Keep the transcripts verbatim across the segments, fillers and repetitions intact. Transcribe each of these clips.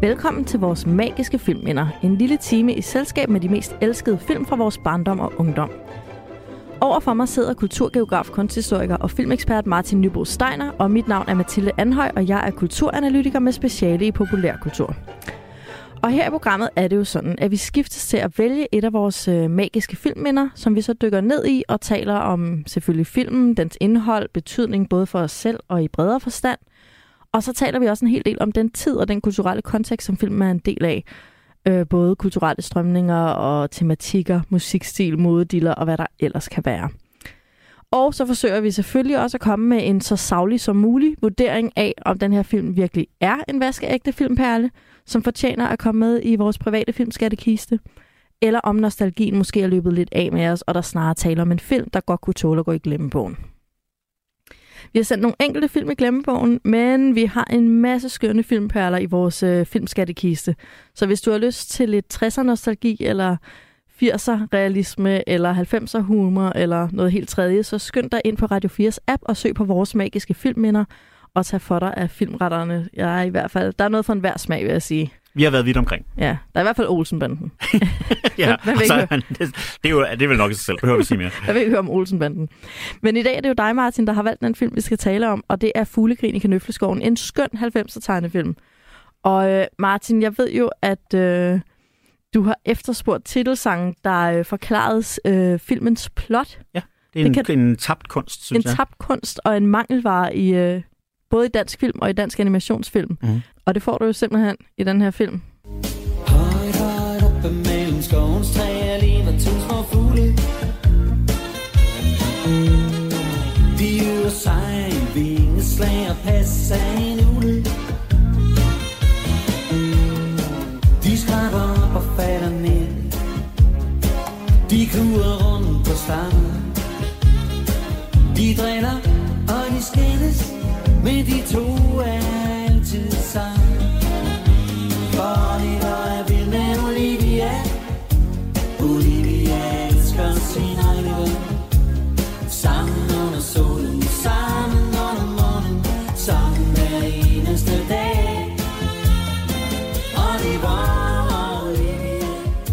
Velkommen til vores magiske filmminder. En lille time i selskab med de mest elskede film fra vores barndom og ungdom. Overfor mig sidder kulturgeograf, kunsthistoriker og filmekspert Martin Nybo Steiner, og mit navn er Mathilde Anhøj, og jeg er kulturanalytiker med speciale i populærkultur. Og her i programmet er det jo sådan, at vi skiftes til at vælge et af vores øh, magiske filmminder, som vi så dykker ned i og taler om selvfølgelig filmen, dens indhold, betydning både for os selv og i bredere forstand. Og så taler vi også en hel del om den tid og den kulturelle kontekst, som filmen er en del af. Øh, både kulturelle strømninger og tematikker, musikstil, modediller og hvad der ellers kan være. Og så forsøger vi selvfølgelig også at komme med en så saglig som mulig vurdering af, om den her film virkelig er en vaskeægte filmperle, som fortjener at komme med i vores private filmskattekiste, eller om nostalgien måske er løbet lidt af med os, og der snarere taler om en film, der godt kunne tåle at gå i glemmebogen. Vi har sendt nogle enkelte film i glemmebogen, men vi har en masse skønne filmperler i vores øh, filmskattekiste. Så hvis du har lyst til lidt tresser-nostalgi, eller firser-realisme, eller halvfemser-humor, eller noget helt tredje, så skynd dig ind på Radio fires app og søg på vores magiske filmminder, og tag for dig af filmretterne. Jeg er i hvert fald, der er noget for enhver smag, vil jeg sige. Vi har været vidt omkring. Ja, der er i hvert fald Olsenbanden. ja, så, det, det, er jo, det er vel nok i sig selv. Behøver vi sige mere. Jeg vil ikke høre om Olsenbanden. Men i dag er det jo dig, Martin, der har valgt den film, vi skal tale om, og det er Fuglegrin i Kanøfleskoven. En skøn halvfemser-tegnefilm. Og øh, Martin, jeg ved jo, at øh, du har efterspurgt titelsangen, der øh, forklarede øh, filmens plot. Ja, det er en, det kan, en tabt kunst, synes en jeg. En tabt kunst og en mangelvare i øh, både i dansk film og i dansk animationsfilm. Mm. Og det får du jo simpelthen i den her film. Højt, højt oppe mellem skovens træer lever to små fugle. De øver sig en vingeslag og passer en ugle. De skræpper op og falder ned. De kurer rundt på stammen. De driller og de skændes, men de to er altid sammen. For Oliver er vild med Olivia. Olivia elsker sin egne ven. Sammen under solen, sammen under månen, sammen hver eneste dag. Oliver og Olivia.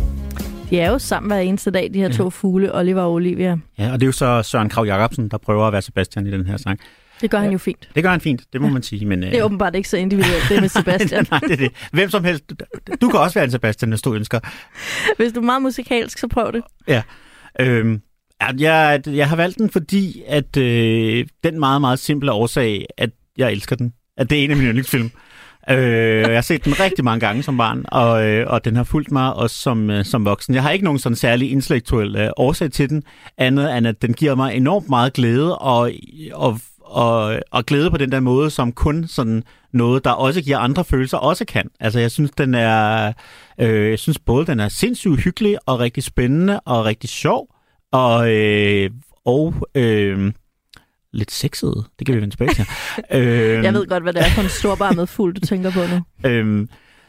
De er jo sammen hver eneste dag, de her to fugle, Oliver og Olivia. Ja, og det er jo så Søren Kragh Jacobsen, der prøver at være Sebastian i den her sang. Det gør han jo fint. Det gør han fint, det må man sige. Men, det er øh... åbenbart ikke så individuelt, det med Sebastian. Nej, det er det. Hvem som helst. Du kan også være en Sebastian, hvis du ønsker. Hvis du er meget musikalsk, så prøv det. Ja. Øhm, jeg, jeg har valgt den, fordi at øh, den meget, meget simple årsag, at jeg elsker den. At det er en af mine yndlingsfilm. øh, jeg har set den rigtig mange gange som barn, og, øh, og den har fulgt mig også som, øh, som voksen. Jeg har ikke nogen sådan særlig intellektuel øh, årsag til den, andet end at den giver mig enormt meget glæde, og, og Og, og glæde på den der måde, som kun sådan noget, der også giver andre følelser, også kan. Altså, jeg synes, den er, øh, jeg synes både, den er sindssygt hyggelig og rigtig spændende og rigtig sjov og, øh, og øh, lidt sexet. Det kan vi vende tilbage til. øh, jeg ved godt, hvad det er for en storbarmet fugl, du tænker på nu. Øh,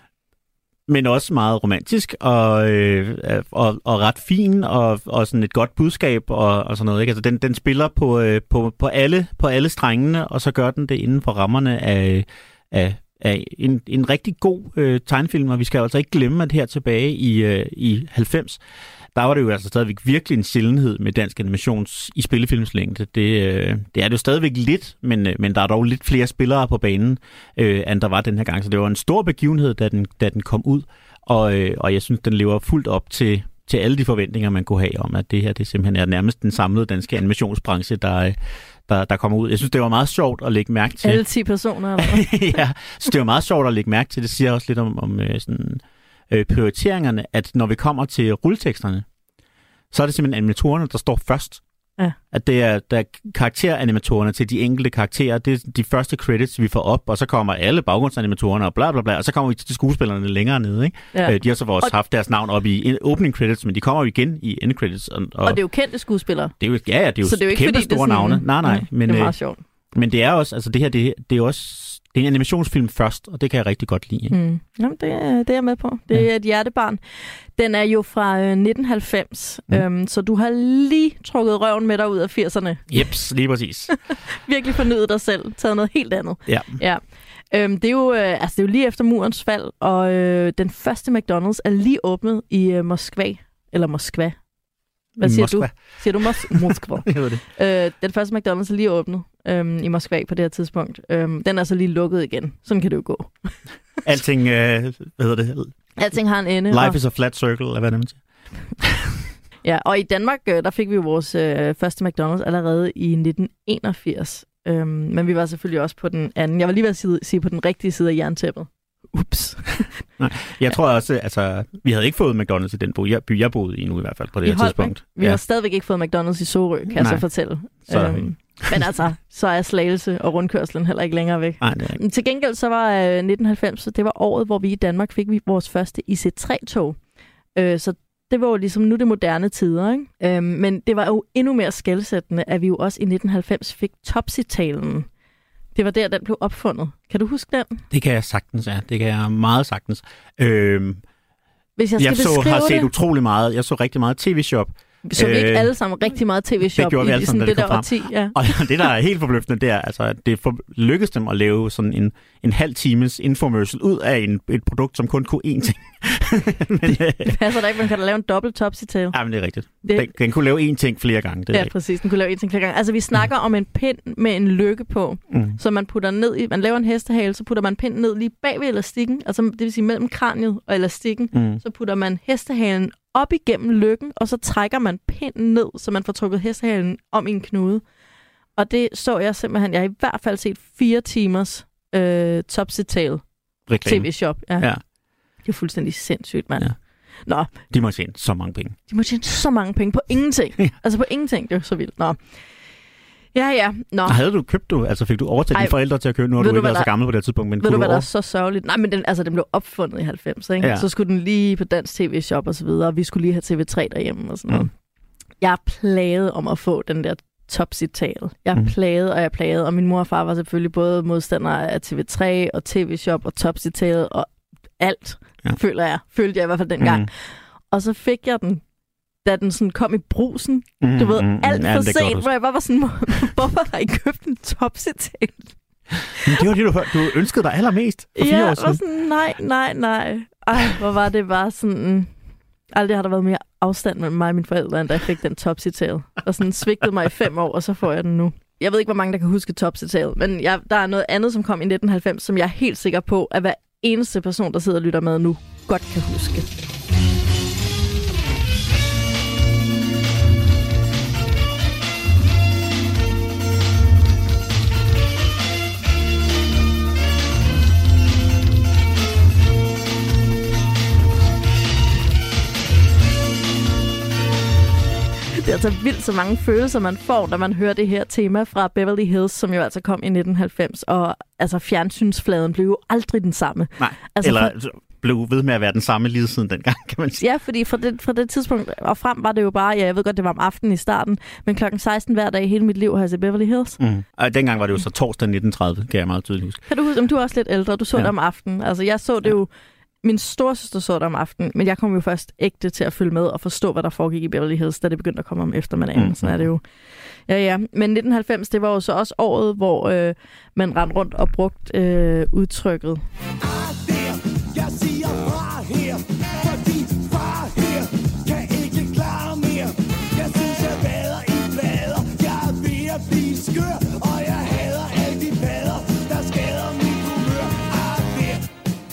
men også meget romantisk og, øh, og, og ret fin og, og sådan et godt budskab og, og sådan noget. Ikke? Altså, den, den spiller på, øh, på, på, alle, på alle strengene, og så gør den det inden for rammerne af, af, af en, en rigtig god øh, tegnefilm, og vi skal altså ikke glemme, at her tilbage i, øh, i halvfems, der var det jo altså stadigvæk virkelig en sjældenhed med dansk animations i spillefilmslængde. Det, øh, det er det jo stadigvæk lidt, men, men der er dog lidt flere spillere på banen, øh, end der var den her gang. Så det var en stor begivenhed, da den, da den kom ud, og, øh, og jeg synes, den lever fuldt op til, til alle de forventninger, man kunne have om, at det her det simpelthen er nærmest den samlede danske animationsbranche, der, der, der kommer ud. Jeg synes, det var meget sjovt at lægge mærke til. Alle ti personer, eller ja, så det var meget sjovt at lægge mærke til. Det siger også lidt om, om øh, sådan... prioriteringerne, at når vi kommer til rulleteksterne, så er det simpelthen animatorerne, der står først. Ja. At det er, der er karakteranimatorerne til de enkelte karakterer, det er de første credits, vi får op, og så kommer alle baggrundsanimatorerne og bla bla bla, og så kommer vi til skuespillerne længere nede. Ikke? Ja. De har så også og... haft deres navn op i opening credits, men de kommer jo igen i end credits. Og, og... og det er jo kendte skuespillere. Det er jo, ja, ja, det er jo, så det er jo ikke, kæmpe store sådan... navne. Nej, nej. Men, det er meget sjovt. Men det er også, altså det her, det, det er også det er en animationsfilm først, og det kan jeg rigtig godt lide. Mm. Jamen, det, det er jeg med på. Det er ja. et hjertebarn. Den er jo fra øh, nitten halvfems, mm. øhm, så du har lige trukket røven med dig ud af firserne. Jeps, lige præcis. Virkelig fornyet dig selv, taget noget helt andet. Ja. ja. Øhm, det, er jo, øh, altså, det er jo lige efter murens fald, og øh, den første McDonald's er lige åbnet i øh, Moskva. Eller Moskva. Hvad siger Moskva. du? Siger du Mos- Moskva? Jeg ved det. Øh, den første McDonald's er lige åbnet øhm, i Moskva på det her tidspunkt. Øhm, den er så lige lukket igen. Sådan kan det jo gå. Alting, øh, hvad hedder det? Alting har en ende. Life og... is a flat circle, eller hvad det man siger. Ja, og i Danmark, øh, der fik vi jo vores øh, første McDonald's allerede i nitten enogfirs. Øhm, men vi var selvfølgelig også på den anden. Jeg var lige ved at sige, sige på den rigtige side af jerntæppet. Ups. Nej, jeg tror også, altså, vi havde ikke fået McDonald's i den by, jeg, by, jeg boede i nu i hvert fald på det I her Holbæk. tidspunkt. Vi ja. har stadigvæk ikke fået McDonald's i Sorø, kan jeg Nej. så fortælle. Så... Øhm, men altså, så er Slagelse og rundkørslen heller ikke længere væk. Nej, det er ikke. Til gengæld så var øh, nitten halvfems, det var året, hvor vi i Danmark fik vi vores første I C tre-tog. Øh, så det var jo ligesom nu det moderne tider, ikke? Øhm, men det var jo endnu mere skelsættende, at vi jo også i nitten halvfems fik Topsy-talen. Det var der, den blev opfundet. Kan du huske den? Det kan jeg sagtens, ja. Det kan jeg meget sagtens. Øhm, Hvis jeg skal jeg så, beskrive har set det, utrolig meget. Jeg så rigtig meget tv-shop. så vi ikke øh, alle sammen rigtig meget tv-shop gjorde vi i, alle i sammen, sådan da det det der kom årti. Ja. Og det, der er helt forbløffende, det er, altså, at det for, lykkedes dem at lave sådan en, en halv times infomercial ud af en, et produkt, som kun kunne én ting. men, Det, det passer da ikke, man kan da lave en dobbelt Topsy-tale. ja, men det er rigtigt. Det- Den, den kunne lave én ting flere gange. Det er Ja, rigtigt. præcis. Den kunne lave en ting flere gange. Altså, vi snakker mm. om en pind med en lykke på, Mm. så man putter ned i, man laver en hestehale, så putter man pinden ned lige bag ved elastikken, altså det vil sige mellem kraniet og elastikken, Mm. så putter man hestehalen op igennem lykken, og så trækker man pinden ned, så man får trukket hestehalen om i en knude. Og det så jeg simpelthen, jeg har i hvert fald set fire timers øh, Topsy-tale Reklame. tv-shop. Ja. Ja. Det er fuldstændig sindssygt, mand. Ja. Nå, De må tjene så mange penge. de må tjene så mange penge på ingenting. Ja. Altså på ingenting, det er jo så vildt. Nå. Ja, ja. Nå. Havde du købt du, altså fik du overtalt Ej, dine forældre til at købe, nu har ved du du, ikke hvad været så der- gammel på det tidspunkt, men Ved kunne du, hvad du der er over... så sørgeligt? Nej, men den, altså, den blev opfundet i halvfems, ikke? Ja. Så skulle den lige på dansk tv-shop og så videre, og vi skulle lige have T V tre derhjemme og sådan noget. Mm. Jeg er plaget om at få den der Topsy-tale. Jeg er Mm. plaget, og jeg er plaget, og min mor og far var selvfølgelig både modstandere af T V tre og T V-shop og Topsy-tale og alt, Ja. føler jeg. Følte jeg i hvert fald dengang. Mm. Og så fik jeg den, da den sådan kom i brusen. Mm, Du ved, mm, alt ja, for det kan jeg godt sent, hvor jeg bare var sådan, hvorfor har I købt en Topsy-tale? Men det var det, du, hørte. Du ønskede dig allermest for fire Ja, år jeg var siden. sådan, nej, nej, nej. Ej, hvor var det bare sådan... Aldrig har der været mere afstand mellem mig og mine forældre, end da jeg fik den Topsy-tale. Og sådan svigtede mig i fem år, og så får jeg den nu. Jeg ved ikke, hvor mange, der kan huske Topsy-tale, men jeg, der er noget andet, som kom i nitten halvfems, som jeg er helt sikker på, at hver eneste person, der sidder og lytter med nu, godt kan huske. Det er altså vildt så mange følelser, man får, når man hører det her tema fra Beverly Hills, som jo altså kom i nitten halvfems. Og altså fjernsynsfladen blev jo aldrig den samme. Nej, Altså, eller blev ved med at være den samme lige siden dengang, kan man sige. Ja, fordi fra det, fra det tidspunkt og frem var det jo bare, ja, jeg ved godt, det var om aftenen i starten, men klokken seksten hver dag i hele mit liv har jeg set Beverly Hills. Mm. Og dengang var det jo så torsdag nitten tredive, kan jeg meget tydeligt huske. Kan du huske, om du er også lidt ældre, du så Ja. det om aftenen. Altså jeg så det Ja. jo, min storesøster så det om aftenen, men jeg kom jo først ægte til at følge med og forstå, hvad der foregik i Beverly Hills, da det begyndte at komme om eftermiddagen. Mm. Sådan er det jo. Ja, ja. Men nitten halvfems, det var jo så også året, hvor øh, man rendte rundt og brugte øh, udtrykket. Jeg siger fra her, fordi far her kan ikke klare mere. Jeg synes, jeg vader i blader. Jeg er ved at blive skør, og jeg hader alle de padder, der skader mit humør. Ah, der.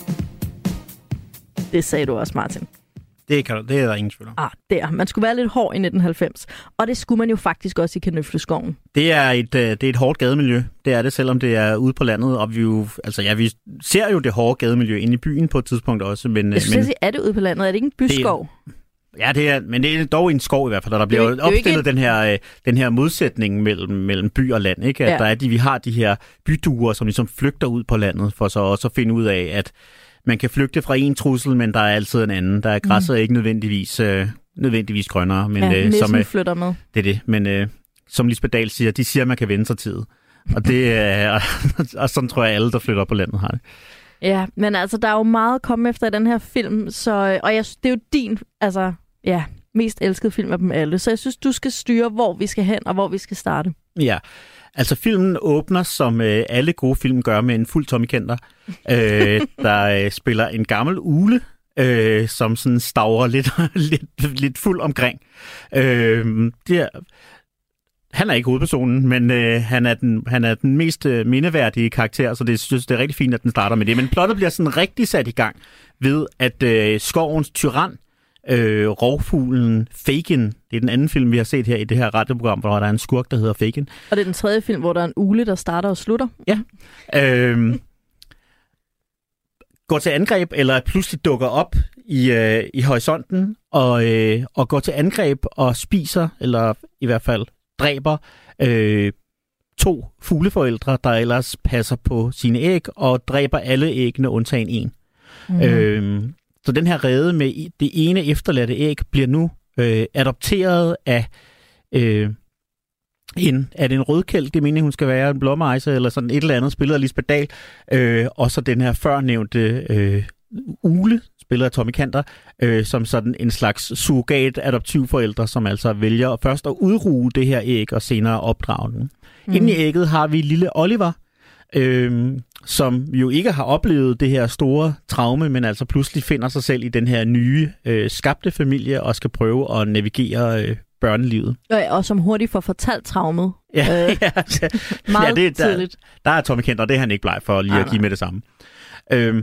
Det sagde du også, Martin. Det, kan du, det er der ingen tvivl om. Ah, der. Man skulle være lidt hård i nitten halvfems. Og det skulle man jo faktisk også i Kanøfleskoven. Det er et, øh, det er et hårdt gademiljø. Det er det, selvom det er ude på landet. Og vi, jo, altså, ja, vi ser jo det hårde gademiljø inde i byen på et tidspunkt også. Men, Jeg synes, men, men... er det ude på landet? Er det ikke en byskov? ja, det er, men det er dog i en skov i hvert fald. Og der bliver jo jo ikke- det er jo opstillet ikke den, her, øh, den her modsætning mellem, mellem by og land. Ikke? At Ja. der er de, vi har de her byduer, som ligesom flygter ud på landet, for så også at finde ud af, at man kan flygte fra en trussel, men der er altid en anden. Der er græsset mm. ikke nødvendigvis, øh, nødvendigvis grønnere. Men, Ja, øh, næsten som, øh, flytter med. det er det. Men øh, som Lisbeth Dahl siger, de siger, at man kan vende sig tid. Og, det, øh, og, og sådan tror jeg, alle, der flytter op på landet, har det. Ja, men altså, der er jo meget at komme efter i den her film, så, og jeg, det er jo din, altså, ja, mest elskede film af dem alle. Så jeg synes, du skal styre, hvor vi skal hen og hvor vi skal starte. Ja, altså filmen åbner, som øh, alle gode film gør, med en fuld Tommy Kenter, øh, der øh, spiller en gammel ugle, øh, som sådan stavrer lidt, lidt, lidt fuld omkring. Øh, det er, han er ikke hovedpersonen, men øh, han, er den, han er den mest øh, mindeværdige karakter, så det synes det er rigtig fint, at den starter med det. Men plottet bliver sådan rigtig sat i gang ved, at øh, skovens tyran, Øh, rovfuglen Fagin. Det er den anden film, vi har set her i det her radioprogram, hvor der er en skurk, der hedder Fagin. Og det er den tredje film, hvor der er en ugle, der starter og slutter. Ja. Øh, går til angreb, eller pludselig dukker op i, øh, i horisonten, og, øh, og går til angreb og spiser, eller i hvert fald dræber, øh, to fugleforældre, der ellers passer på sine æg, og dræber alle æggene undtagen en. Mm. Øh, Så den her rede med det ene efterladte æg bliver nu øh, adopteret af øh, en, er det en rødkælk, det mener hun skal være, en blåmejse eller sådan et eller andet, spillet af Lisbeth Dahl, øh, og så den her førnævnte øh, ugle, spillet af Tommy Kenter, øh, som sådan en slags surrogat adoptivforældre, som altså vælger først at udruge det her æg og senere opdrage den. Mm. Inden i ægget har vi lille Oliver, øh, som jo ikke har oplevet det her store traume, men altså pludselig finder sig selv i den her nye øh, skabte familie og skal prøve at navigere øh, børnelivet. Ja, og som hurtigt får fortalt traumet. Ja, øh, ja, altså, meget ja det, der, tidligt. Der er Tommy Kenter, det er han ikke bleg for lige nej, at give nej. med det samme. Øh,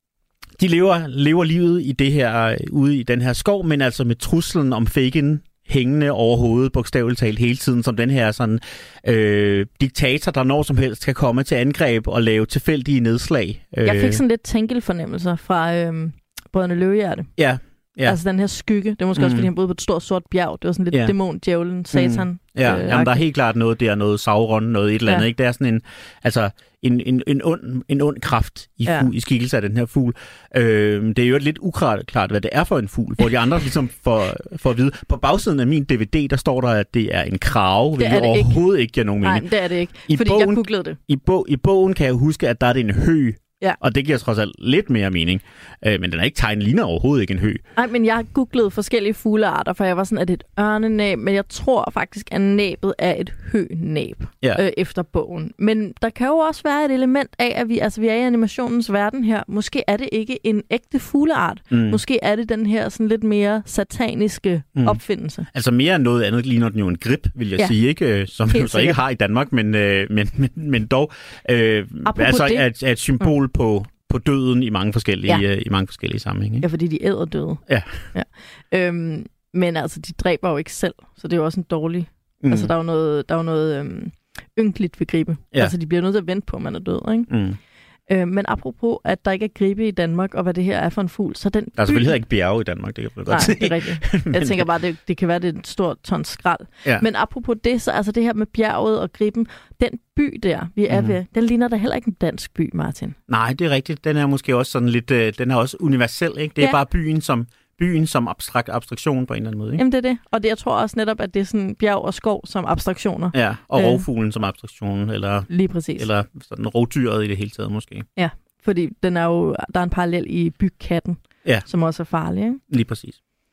de lever, lever livet i det her, ude i den her skov, men altså med truslen om Fagin hængende over hovedet, bogstaveligt talt hele tiden, som den her sådan øh, diktator, der når som helst kan komme til angreb og lave tilfældige nedslag. Jeg fik sådan lidt tænkelfornemmelser fra øh, Brødrene Løvehjerte. Ja, ja. Altså den her skygge. Det er måske mm. også, fordi han boede på et stort sort bjerg. Det var sådan lidt ja. dæmon, djævlen, satan. Mm. Ja, øh, jamen, der er helt klart noget der, noget Sauron, noget et eller andet. Ja. Ikke? Det er sådan en, altså, en, en, en, ond, en ond kraft i, ja. fu, i skikkelse af den her fugl. Øh, det er jo lidt uklart, klart, hvad det er for en fugl, hvor de andre ligesom får, får at vide. På bagsiden af min D V D, der står der, at det er en krage, hvilket overhovedet ikke giver nogen mening. Nej, det er det ikke, I fordi bogen, jeg googlede det. I, bo, I bogen kan jeg huske, at der er det en hø. Ja. Og det giver trods alt lidt mere mening. Øh, men den er ikke tegnet, ligner overhovedet ikke en hø. Nej, men jeg googlede forskellige fuglearter, for jeg var sådan, at det er et ørnenæb, men jeg tror faktisk, at næbet er et hønæb ja. øh, efter bogen. Men der kan jo også være et element af, at vi, altså, vi er i animationens verden her. Måske er det ikke en ægte fugleart. Mm. Måske er det den her sådan lidt mere sataniske mm. opfindelse. Altså mere end noget andet ligner den jo en grib, vil jeg ja. sige, ikke? Som vi så ikke har i Danmark, men, øh, men, men, men dog øh, altså er, er et symbol mm. på, på døden i mange forskellige, ja. i mange forskellige sammenhænge. Ja, fordi de æder døde. Ja. ja. Øhm, men altså, de dræber jo ikke selv, så det er jo også en dårlig... Mm. Altså, der er jo noget, der er jo noget øhm, ynkeligt ved gribe. Ja. Altså, de bliver nødt til at vente på, at man er død, ikke? Mm. Øh, men apropos, at der ikke er gribe i Danmark, og hvad det her er for en fugl, så den... Der er selvfølgelig ikke bjerge i Danmark, det kan jeg godt sige. Nej, det er rigtigt. Jeg tænker bare, det, det kan være, det er et stort ton skrald. Ja. Men apropos det, så altså det her med bjerget og griben, den by der, vi er mm. ved, den ligner da heller ikke en dansk by, Martin. Nej, det er rigtigt. Den er måske også sådan lidt, øh, den er også universel, ikke? Det er ja. bare byen som... Byen som abstrakt abstraktion på en eller anden måde, ikke? Jamen, det er det. Og det, jeg tror også netop, at det er sådan bjerg og skov som abstraktioner. Ja, og rovfuglen øh, som abstraktion, eller... Lige præcis. Eller sådan rovdyret i det hele taget, måske. Ja, fordi den er jo, der er en parallel i bygkatten, ja. som også er farlig, ikke? Lige præcis.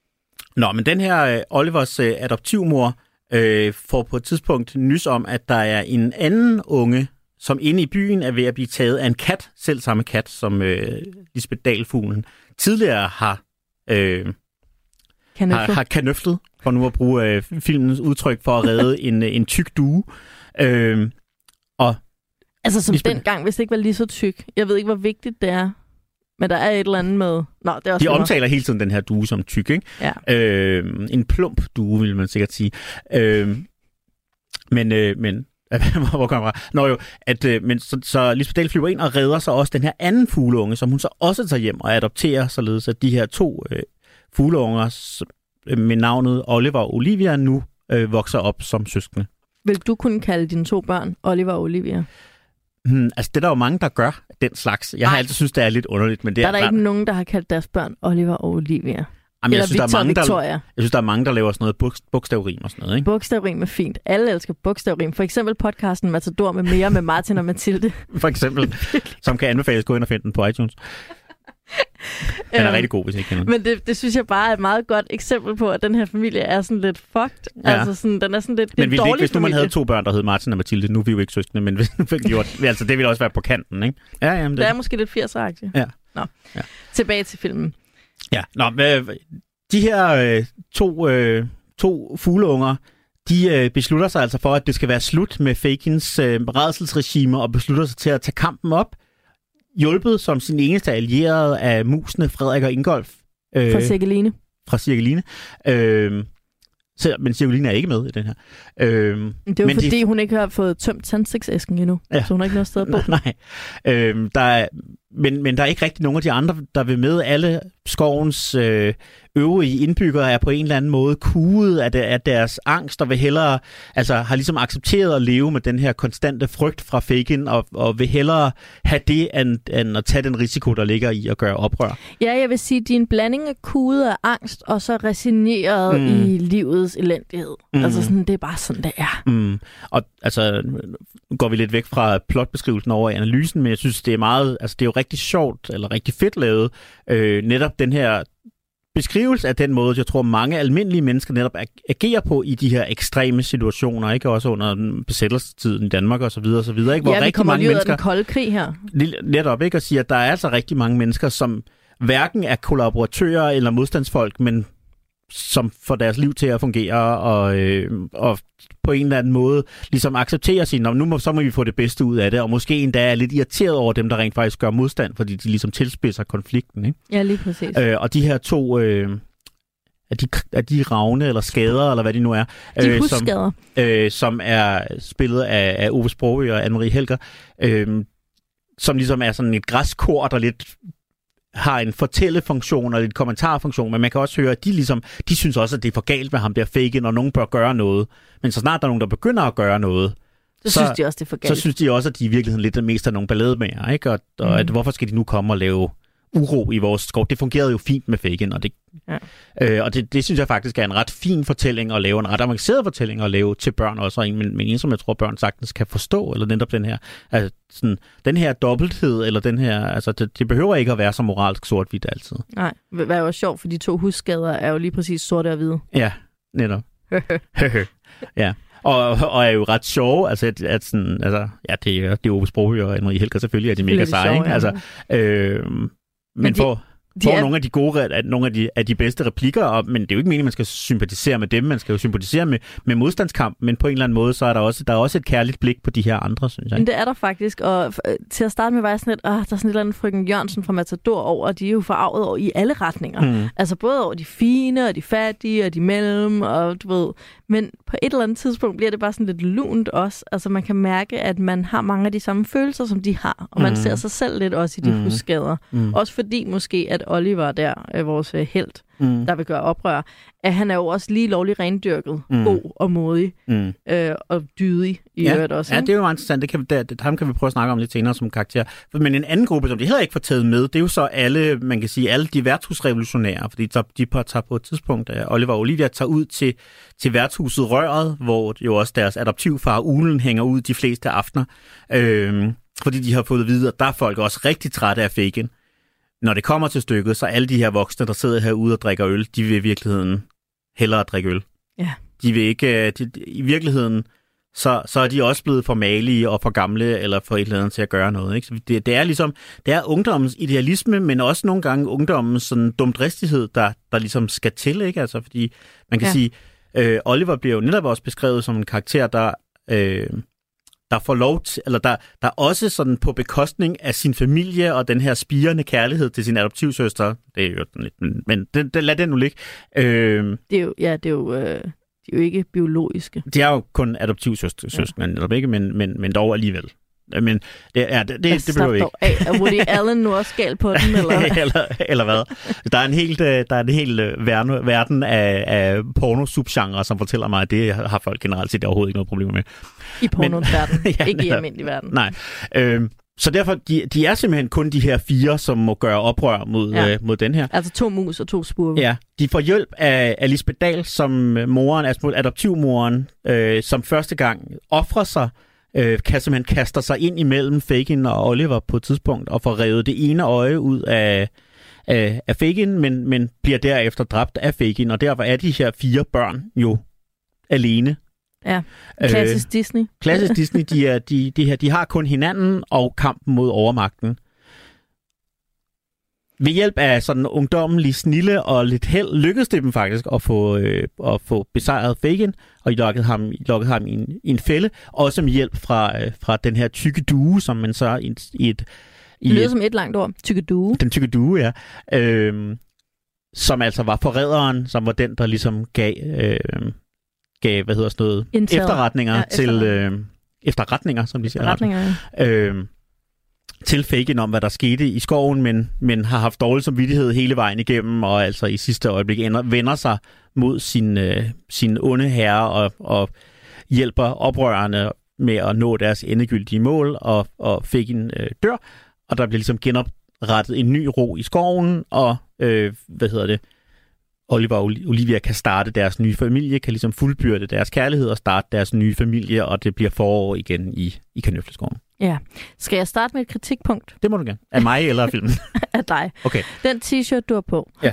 Nå, men den her øh, Olivers øh, adoptivmor øh, får på et tidspunkt nys om, at der er en anden unge, som inde i byen er ved at blive taget af en kat, selv samme kat, som øh, Lisbeth Dahl-fuglen tidligere har Øh, har, har kanøflet, for nu at bruge øh, filmens udtryk for at redde en, en tyk due. Øh, og altså som Lisbeth... dengang, hvis det ikke var lige så tyk. Jeg ved ikke, hvor vigtigt det er, men der er et eller andet med... Nå, det er også de omtaler hele tiden den her due som tyk, ikke? Ja. Øh, en plump due, vil man sikkert sige. Øh, men... Øh, men hvor kommer jeg fra? Nå jo, at, øh, men så, så Lisbeth Dahl flyver ind og redder så også den her anden fugleunge, som hun så også tager hjem og adopterer, således at de her to øh, fugleunger øh, med navnet Oliver og Olivia nu øh, vokser op som søskende. Vil du kunne kalde dine to børn Oliver og Olivia? Hmm, altså, det er der jo mange, der gør den slags. Jeg Ej. har altid synes det er lidt underligt, men det der er... Der er der ikke nogen, der har kaldt deres børn Oliver og Olivia? Jamen, jeg, synes, Victor, der er mange, Victoria. der, jeg synes, der er mange, der laver sådan noget bog, bogstavrim og sådan noget, ikke? Bogstavrim er fint. Alle elsker bogstavrim. For eksempel podcasten Matador med mere med Martin og Mathilde. For eksempel, som kan anbefales, gå ind og finde den på iTunes. Den er rigtig god, hvis I ikke kender den. Men det, det synes jeg bare er et meget godt eksempel på, at den her familie er sådan lidt fucked. Ja. Altså sådan, den er sådan lidt, men det er hvis, ikke, hvis nu man havde to børn, der hed Martin og Mathilde, nu er vi jo ikke søskende, men gjort, altså, det ville også være på kanten, ikke? Ja, jamen, det. det er måske lidt firserne-agtigt. Ja. Nå. Ja. Tilbage til filmen. Ja, nå, de her øh, to, øh, to fugleunger, de øh, beslutter sig altså for, at det skal være slut med Fagins øh, rædselsregime, og beslutter sig til at tage kampen op, hjulpet som sin eneste allierede af musene Frederik og Ingolf. Øh, fra Cirkeline. Fra Cirkeline. Øh, så, men Cirkeline er ikke med i den her. Øh, det er jo men fordi, de... hun ikke har fået tømt tandsæksæsken endnu, ja. Så hun har ikke noget sted at bo. Nej, øh, der er, men, men der er ikke rigtig nogen af de andre, der vil med. Alle skovens øh, øvrige indbyggere er på en eller anden måde kuget af, det, af deres angst, og vil hellere, altså har ligesom accepteret at leve med den her konstante frygt fra Fagin, og, og vil hellere have det, end, end at tage den risiko, der ligger i at gøre oprør. Ja, jeg vil sige, at de er en blanding af kuget af angst, og så resigneret mm. i livets elendighed. Mm. Altså sådan, det er bare sådan, det er. Mm. Og altså, nu går vi lidt væk fra plotbeskrivelsen over i analysen, men jeg synes, det er meget, altså det er jo rigtig sjovt, eller rigtig fedt lavet, øh, netop den her beskrivelse af den måde, jeg tror, mange almindelige mennesker netop agerer på i de her ekstreme situationer, ikke også under besættelsestiden i Danmark og så videre og så videre, ikke? Hvor ja, vi rigtig kommer mange lige ud mennesker, af den kolde krig her. Netop, ikke? Og siger, at der er altså rigtig mange mennesker, som hverken er kollaboratører eller modstandsfolk, men som får deres liv til at fungere, og, øh, og på en eller anden måde ligesom accepterer sig, nu må, så må vi få det bedste ud af det, og måske endda er lidt irriteret over dem, der rent faktisk gør modstand, fordi de ligesom tilspidser konflikten. Ikke? Ja, lige præcis. Øh, og de her to, øh, er, de, er de ravne eller skader, eller hvad de nu er, de øh, husskader. Som, øh, som er spillet af, af Ove Sprogøe og Anne-Marie Helger, øh, som ligesom er sådan et græskor, der lidt har en fortællefunktion og en kommentarfunktion, men man kan også høre, at de ligesom, de synes også, at det er for galt med ham der Fagin, og nogen bør gøre noget. Men så snart der er nogen, der begynder at gøre noget, så, så synes de også, det er for galt. Så synes de også, at de i virkeligheden lidt det mest af nogle ballademager, ikke? Og, og mm. at hvorfor skal de nu komme og lave uro i vores skov? Det fungerede jo fint med Fagin, og det, ja. øh, og det, det synes jeg faktisk er en ret fin fortælling at lave, en ret avanceret fortælling at lave til børn også, og en, men, men en, som jeg tror, børn sagtens kan forstå, eller netop den her, altså, sådan, den her dobbelthed, eller den her, altså det, det behøver ikke at være så moralsk sort-hvidt altid. Nej, hvad er jo sjovt, for de to husskader er jo lige præcis sorte og hvide. Ja, netop. Ja. Og, og er jo ret sjove, altså at, at sådan, altså, ja, det er jo Ove Sprogøe og Anne-Marie Helger selvfølgelig, er de mega seje, ikke? Altså, øh, men, men de, for, for er... nogle af de gode, nogle af de, af de bedste replikker, og, men det er jo ikke meningen, man skal sympatisere med dem, man skal jo sympatisere med, med modstandskampen, men på en eller anden måde, så er der også, der er også et kærligt blik på de her andre, synes jeg. Men det er der faktisk, og til at starte med var jeg sådan lidt, åh, der er sådan et eller andet frøken Jørgensen fra Matador over, og de er jo forarvet over i alle retninger. Mm. Altså både over de fine, og de fattige, og de mellem, og du ved, men på et eller andet tidspunkt bliver det bare sådan lidt lunt også. Altså man kan mærke, at man har mange af de samme følelser, som de har, og man mm. ser sig selv lidt også i de mm. husskader. Mm. Også fordi måske, at Oliver der, vores helt, mm. der vil gøre oprør, at han er jo også lige lovlig rendyrket, mm. god og modig, mm. øh, og dydig i ja. øvrigt også. Ja, det er jo meget interessant. Det kan, det, det, ham kan vi prøve at snakke om lidt senere som karakter. Men en anden gruppe, som de heller ikke får taget med, det er jo så alle, man kan sige, alle de værtshusrevolutionære, fordi de, de tager på et tidspunkt, at Oliver og Olivia tager ud til, til værtshuset Røret, hvor jo også deres adoptivfar Ulen hænger ud de fleste aftener, øh, fordi de har fået at vide, at der er folk også rigtig trætte af Fagin. Når det kommer til stykket, så alle de her voksne, der sidder herude og drikker øl, de vil i virkeligheden hellere drikke øl. Ja. De vil ikke, de, i virkeligheden, så, så er de også blevet for malige og for gamle, eller for et eller andet til at gøre noget. Ikke? Så det, det er ligesom, det er ungdommens idealisme, men også nogle gange ungdommens sådan dumdristighed, der, der ligesom skal til, ikke? Altså, fordi man kan ja. sige, øh, Oliver bliver jo netop også beskrevet som en karakter, der... Øh, der får lov til, eller der, der også sådan på bekostning af sin familie og den her spirende kærlighed til sin adoptivsøster. Det er jo lidt, men det, det, lad den nu ligge. Øh, det er jo, ja, det er jo, øh, de er jo ikke biologiske. De er jo kun adoptivsøster, ja. eller ikke, men, men, men dog alligevel. Men det, ja, det, det, det behøver vi ikke. Af. Er Woody Allen nu også galt på den, eller? eller, eller hvad? Der er en helt, der er en hel verden af, af porno-subgenre, som fortæller mig, at det har folk generelt set overhovedet ikke noget problem med. I pornoens verden, ja, ikke i almindelig verden. Nej. Øhm, så derfor, de, de er simpelthen kun de her fire, som må gøre oprør mod, ja. øh, mod den her. Altså to mus og to spurve. Ja, de får hjælp af, af Lisbeth Dahl, som moren, altså adoptivmoren, øh, som første gang offrer sig, øh, kan simpelthen kaster sig ind imellem Fagin og Oliver på et tidspunkt, og får revet det ene øje ud af, af, af Fagin, men, men bliver derefter dræbt af Fagin, og derfor er de her fire børn jo alene. Ja, klassisk øh, Disney. Klassisk Disney, de, er, de, de, her, de har kun hinanden og kampen mod overmagten. Ved hjælp af sådan ungdommelig snille og lidt held lykkedes det dem faktisk at få, øh, at få besejret Fagin, og I lukkede ham, lukkede ham i en, i en fælde, også med hjælp fra, øh, fra den her tykke due, som man så i et... I et det lyder som et langt ord. Tykke due. Den tykke due, ja. Øh, som altså var forræderen, som var den, der ligesom gav, øh, gav hvad hedder sådan noget, Intel. efterretninger ja, til... Øh, efterretninger, som de siger. Efterretninger, ja. Øh, til Fagin om, hvad der skete i skoven, men, men har haft dårlig samvittighed hele vejen igennem, og altså i sidste øjeblik ender, vender sig mod sin, øh, sin onde herre og, og hjælper oprørerne med at nå deres endegyldige mål, og, og Fagin øh, dør, og der bliver ligesom genoprettet en ny ro i skoven, og øh, hvad hedder det, Oliver og Olivia kan starte deres nye familie, kan ligesom fuldbyrde deres kærlighed og starte deres nye familie, og det bliver forår igen i, i Kanøfleskoven. Ja. Skal jeg starte med et kritikpunkt? Det må du gerne. Af mig eller af filmen? Af dig. Okay. Den t-shirt, du har på. Ja.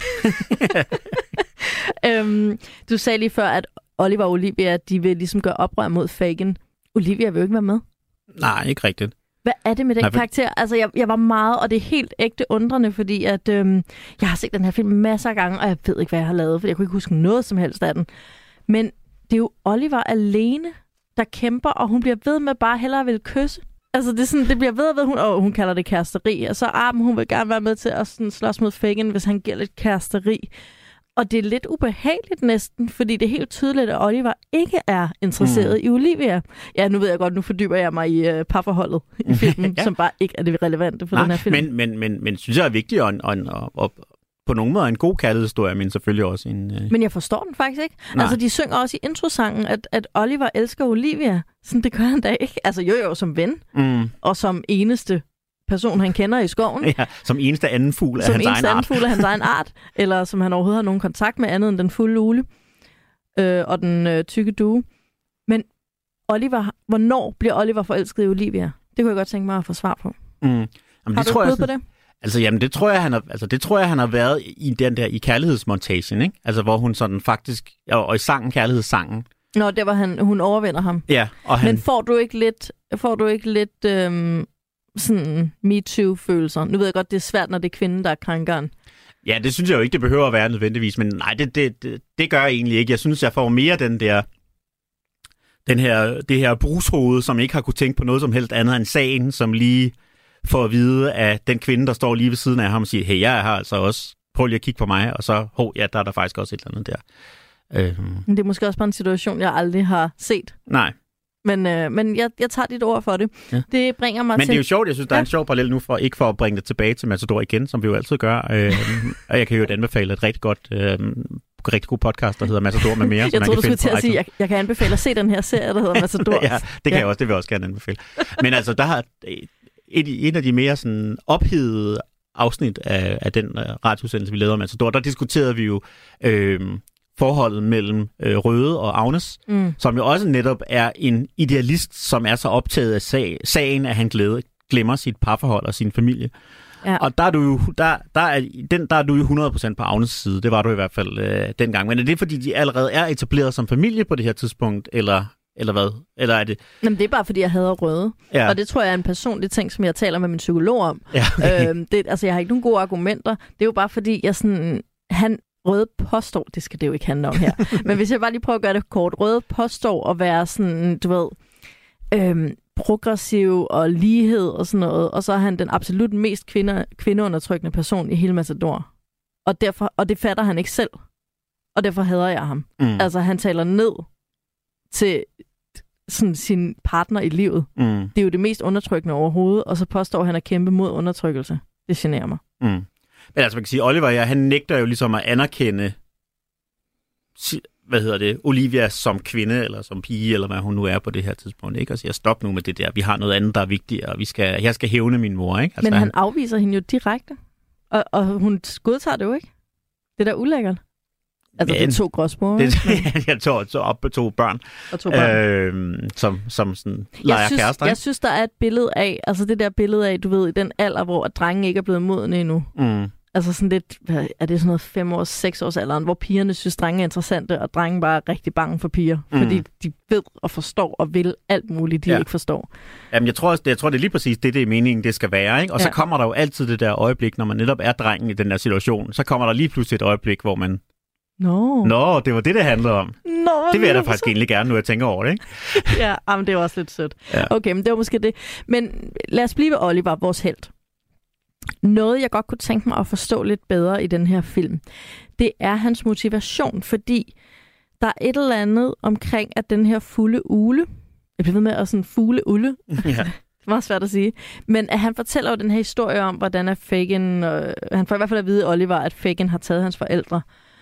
øhm, du sagde lige før, at Oliver og Olivia, de vil ligesom gøre oprør mod Fagin. Olivia vil jo ikke være med. Nej, ikke rigtigt. Hvad er det med den Nej, karakter? Altså, jeg, jeg var meget, og det er helt ægte undrende, fordi at, øhm, jeg har set den her film masser af gange, og jeg ved ikke, hvad jeg har lavet, for jeg kunne ikke huske noget som helst af den. Men det er jo Oliver alene, der kæmper, og hun bliver ved med bare hellere vil kysse. Altså, det, er sådan, det bliver ved og ved, hun, og hun kalder det kæresteri, og så ah, hun vil gerne være med til at sådan, slås mod Fagin, hvis han giver lidt kæresteri. Og det er lidt ubehageligt næsten, fordi det er helt tydeligt, at Oliver ikke er interesseret mm. i Olivia. Ja, nu ved jeg godt, nu fordyber jeg mig i uh, parforholdet i filmen, ja. Som bare ikke er det relevante for Nej, den her film. Men, men, men, men synes jeg er vigtigt, og, og, og, og på nogen måde en god kærlighedshistorie, men selvfølgelig også en... Uh... Men jeg forstår den faktisk ikke. Nej. Altså, de synger også i introsangen, at, at Oliver elsker Olivia. Sådan, det gør han da ikke. Altså, jo jo, som ven, mm. og som eneste person, han kender i skoven. Ja, som eneste anden fugl af som hans egen art. Som eneste anden fugl af hans egen art, eller som han overhovedet har nogen kontakt med, andet end den fulde ule øh, og den øh, tykke due. Men Oliver, hvornår bliver Oliver forelsket i Olivia? Det kunne jeg godt tænke mig at få svar på. Mm. Jamen, har det du tror et jeg, bud på det? Altså, jamen, det tror jeg, han har, altså, det tror jeg, han har været i den der, i kærlighedsmontagen, ikke? Altså, hvor hun sådan faktisk, og, og i sangen, kærlighedssangen. Nå, det var han, hun overvinder ham. Ja, og han... Men får du ikke lidt, får du ikke lidt øhm, sådan MeToo-følelser? Nu ved jeg godt, det er svært, når det er kvinden, der er krænkeren. Ja, det synes jeg jo ikke, det behøver at være nødvendigvis, men nej, det, det, det, det gør jeg egentlig ikke. Jeg synes, jeg får mere den der, den her, det her brushoved, som ikke har kunne tænke på noget som helst andet end sagen, som lige får at vide af den kvinde, der står lige ved siden af ham og siger, hey, jeg har altså også, prøv lige at kigge på mig, og så, hov, ja, der er der faktisk også et eller andet der. Øhm. Det er måske også bare en situation, jeg aldrig har set. Nej. Men, øh, men jeg, jeg tager dit ord for det. Ja. Det bringer mig men til... Men det er jo sjovt, jeg synes, der ja. er en sjov parallel nu, for ikke for at bringe det tilbage til Matador igen, som vi jo altid gør. Øh, og jeg kan jo anbefale et rigtig godt, øh, rigtig god podcast, der hedder Matador med mere. Jeg tror, du skulle til at sige, jeg, jeg kan anbefale at se den her serie, der hedder Matador. Ja, det kan ja. jeg også, det vil jeg også gerne anbefale. Men altså, der har et, en af de mere sådan ophedede afsnit af, af den uh, radioudsendelse, vi lavede om Matador, der diskuterede vi jo øh, forholdet mellem øh, Røde og Agnes, mm. som jo også netop er en idealist, som er så optaget af sag, sagen, at han glæde, glemmer sit parforhold og sin familie. Ja. Og der er du jo der, der er, den, der er du jo hundrede procent på Agnes side. Det var du i hvert fald øh, dengang. Men er det, fordi de allerede er etableret som familie på det her tidspunkt, eller... Eller hvad? Eller er det... Jamen, det er bare, fordi jeg hader Røde. Ja. Og det tror jeg er en personlig ting, som jeg taler med min psykolog om. Ja, okay. øhm, det, altså, jeg har ikke nogen gode argumenter. Det er jo bare, fordi jeg sådan... Han, Røde påstår... Det skal det jo ikke handle om her. Men hvis jeg bare lige prøver at gøre det kort. Røde påstår at være sådan, du ved... Øhm, progressiv og lighed og sådan noget. Og så er han den absolut mest kvinde, kvindeundertrykkende person i hele Matador. Og, derfor, og det fatter han ikke selv. Og derfor hader jeg ham. Mm. Altså, han taler ned til sådan, sin partner i livet. Mm. Det er jo det mest undertrykkende overhovedet, og så påstår han at kæmpe mod undertrykkelse. Det generer mig. Mm. Men altså, man kan sige, Oliver, ja, han nægter jo ligesom at anerkende, hvad hedder det, Olivia som kvinde, eller som pige, eller hvad hun nu er på det her tidspunkt, ikke? Og siger, stop nu med det der, vi har noget andet, der er vigtigt, og vi skal, jeg skal hævne min mor, ikke? Altså, men han, han afviser hende jo direkte, og, og hun godtager det jo ikke. Det er da ulækkert. Altså, men, det er to gråsbror. Jeg tog, tog op på to børn, og to børn. Øh, som, som sådan leger synes, kærester. Jeg synes, der er et billede af, altså det der billede af, du ved, i den alder, hvor drenge ikke er blevet modne endnu. Mm. Altså sådan lidt, hvad, er det sådan noget fem års, seks års alderen, hvor pigerne synes, drenge er interessante, og drenge bare er rigtig bange for piger, mm. fordi de ved og forstår og vil alt muligt, de ja. ikke forstår. Jamen, jeg tror, også, det, jeg tror, det er lige præcis det, det er meningen, det skal være, ikke? Og ja. så kommer der jo altid det der øjeblik, når man netop er drengen i den der situation, så kommer der lige pludselig et øjeblik, hvor man... Nå, Nå det var det, det handlede om. Nå, det vil jeg da faktisk egentlig gerne, nu jeg tænker over det, ikke? ja, men det er også lidt sødt. Ja. Okay, men det var måske det. Men lad os blive ved Oliver, vores helt. Noget, jeg godt kunne tænke mig at forstå lidt bedre i den her film, det er hans motivation, fordi der er et eller andet omkring, at den her fulde ule, jeg bliver ved med at sådan fugle ulle, Ja. det er meget svært at sige, men at han fortæller jo den her historie om, hvordan er Fagin, øh, han får i hvert fald at vide, Oliver, at Fagin har taget hans forældre.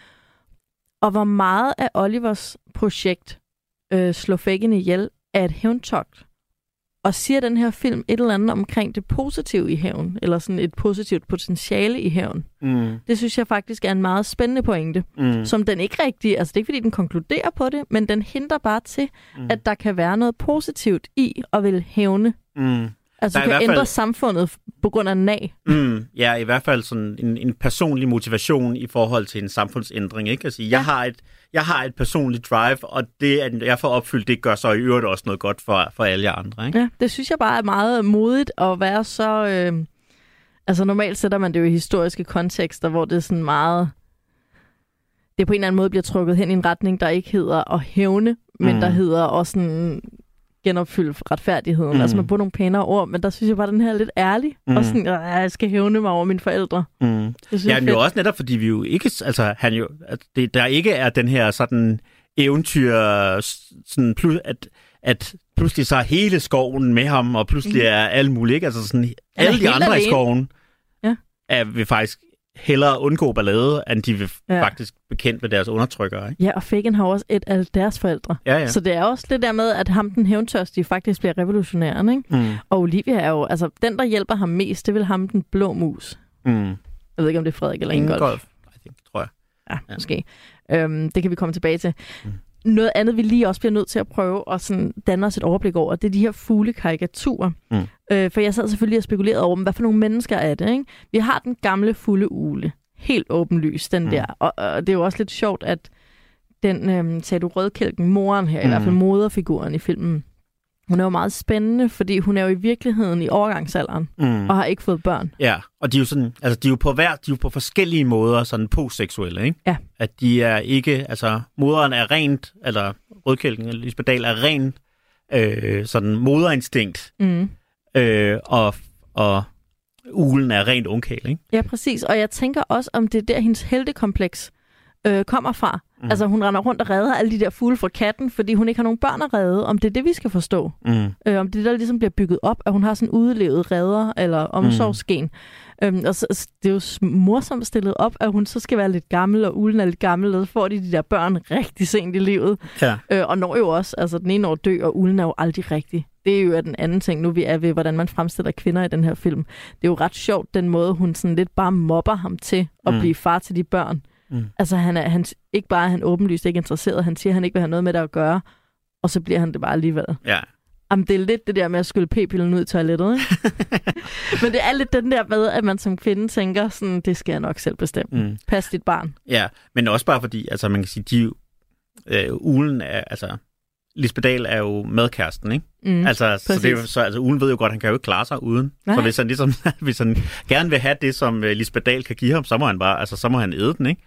Og hvor meget af Olivers projekt øh, slår Fagin ihjel er et hævntogt. Og siger den her film et eller andet omkring det positive i hævn, eller sådan et positivt potentiale i hævn. Mm. Det synes jeg faktisk er en meget spændende pointe, mm. som den ikke rigtig, altså det er ikke fordi den konkluderer på det, men den hindrer bare til, mm. at der kan være noget positivt i at vil hævne. Mm. Altså du kan fald... ændre samfundet på grund af nag. Mm, ja, i hvert fald sådan en, en personlig motivation i forhold til en samfundsændring, ikke? Altså, jeg, ja. har et, jeg har et personligt drive, og det, at jeg får opfyldt, det gør så i øvrigt også noget godt for, for alle jer andre, ikke? Ja, det synes jeg bare er meget modigt at være så... Øh... Altså normalt sætter man det jo i historiske kontekster, hvor det er sådan meget... Det på en eller anden måde bliver trukket hen i en retning, der ikke hedder at hævne, men mm. der hedder også sådan... genopfylde retfærdigheden. Mm. Altså man bruger nogle pænere ord, men der synes jeg bare, den her er lidt ærlig. Mm. Og sådan, at jeg skal hævne mig over mine forældre. Mm. Ja, men jo også netop, fordi vi jo ikke, altså han jo, at det, der ikke er den her sådan eventyr, sådan, at, at pludselig så er hele skoven med ham, og pludselig er alle mulige, ikke? Altså sådan, alle de andre alene. i skoven ja. er vi faktisk hellere undgå ballade, end de vil ja. faktisk bekendt med deres undertrykkere. Ikke? Ja, og Fagin har også et af deres forældre. Ja, ja. Så det er også det der med, at ham den hævntørstige faktisk bliver revolutionæren. Ikke? Mm. Og Olivia er jo, altså den, der hjælper ham mest, det vil ham den blå mus. Mm. Jeg ved ikke, om det er Frederik eller Ingolf. Ingolf, I think, tror jeg. Ja, ja. måske. Øhm, det kan vi komme tilbage til. Mm. Noget andet, vi lige også bliver nødt til at prøve at sådan danne os et overblik over, det er de her fuglekarikaturer. Mm. Øh, for jeg sad selvfølgelig og spekulerede over, hvad for nogle mennesker er det, ikke? Vi har den gamle fulde ule. Helt åbenlyst, den mm. der. Og, og det er jo også lidt sjovt, at den, øhm, sagde du rødkælken, moren her, mm. i hvert fald moderfiguren i filmen, hun er jo meget spændende, fordi hun er jo i virkeligheden i overgangsalderen, mm. og har ikke fået børn. Ja, og de er jo sådan, altså de er jo på hver, de er jo på forskellige måder sådan postseksuelle, ikke? Ja. At de er ikke, altså moderen er rent, eller rødkælken, eller Lisbeth Dahl er rent øh, sådan moderinstinkt, mm. øh, og, og ulen er rent ungkæl, ikke? Ja, præcis. Og jeg tænker også, om det er der, hendes heltekompleks øh, kommer fra. Mm. Altså, hun render rundt og redder alle de der fugle fra katten, fordi hun ikke har nogen børn at redde. Om det er det, vi skal forstå. Mm. Øh, om det der ligesom bliver bygget op, at hun har sådan en udlevet redder eller omsorgsgen. Mm. Øhm, og så, det er jo morsomt stillet op, at hun så skal være lidt gammel, og ulen er lidt gammel, og så får de de der børn rigtig sent i livet. Ja. Øh, og når jo også, altså den ene år dø, og ulen er jo aldrig rigtig. Det er jo den anden ting, nu vi er ved, hvordan man fremstiller kvinder i den her film. Det er jo ret sjovt, den måde, hun sådan lidt bare mobber ham til at mm. blive far til de børn. Mm. Altså, han er han, ikke bare er han åbenlyst ikke interesseret, han siger, at han ikke vil have noget med det at gøre, og så bliver han det bare alligevel. Ja. Jamen, det er lidt det der med at skylle p-pillen ud i toilettet, ikke? Men det er lidt den der med, at man som kvinde tænker, sådan, det skal jeg nok selv bestemme. Mm. Pas dit barn. Ja, men også bare fordi, altså man kan sige, de øh, ulen er, altså Lisbeth Dahl er jo medkæresten, ikke? Mm, altså, så det er jo, så, altså, ulen ved jo godt, at han kan jo ikke klare sig uden. Nej. Så hvis han, ligesom, hvis han gerne vil have det, som Lisbeth Dahl kan give ham, så må han bare, altså, så må han æde den, ikke?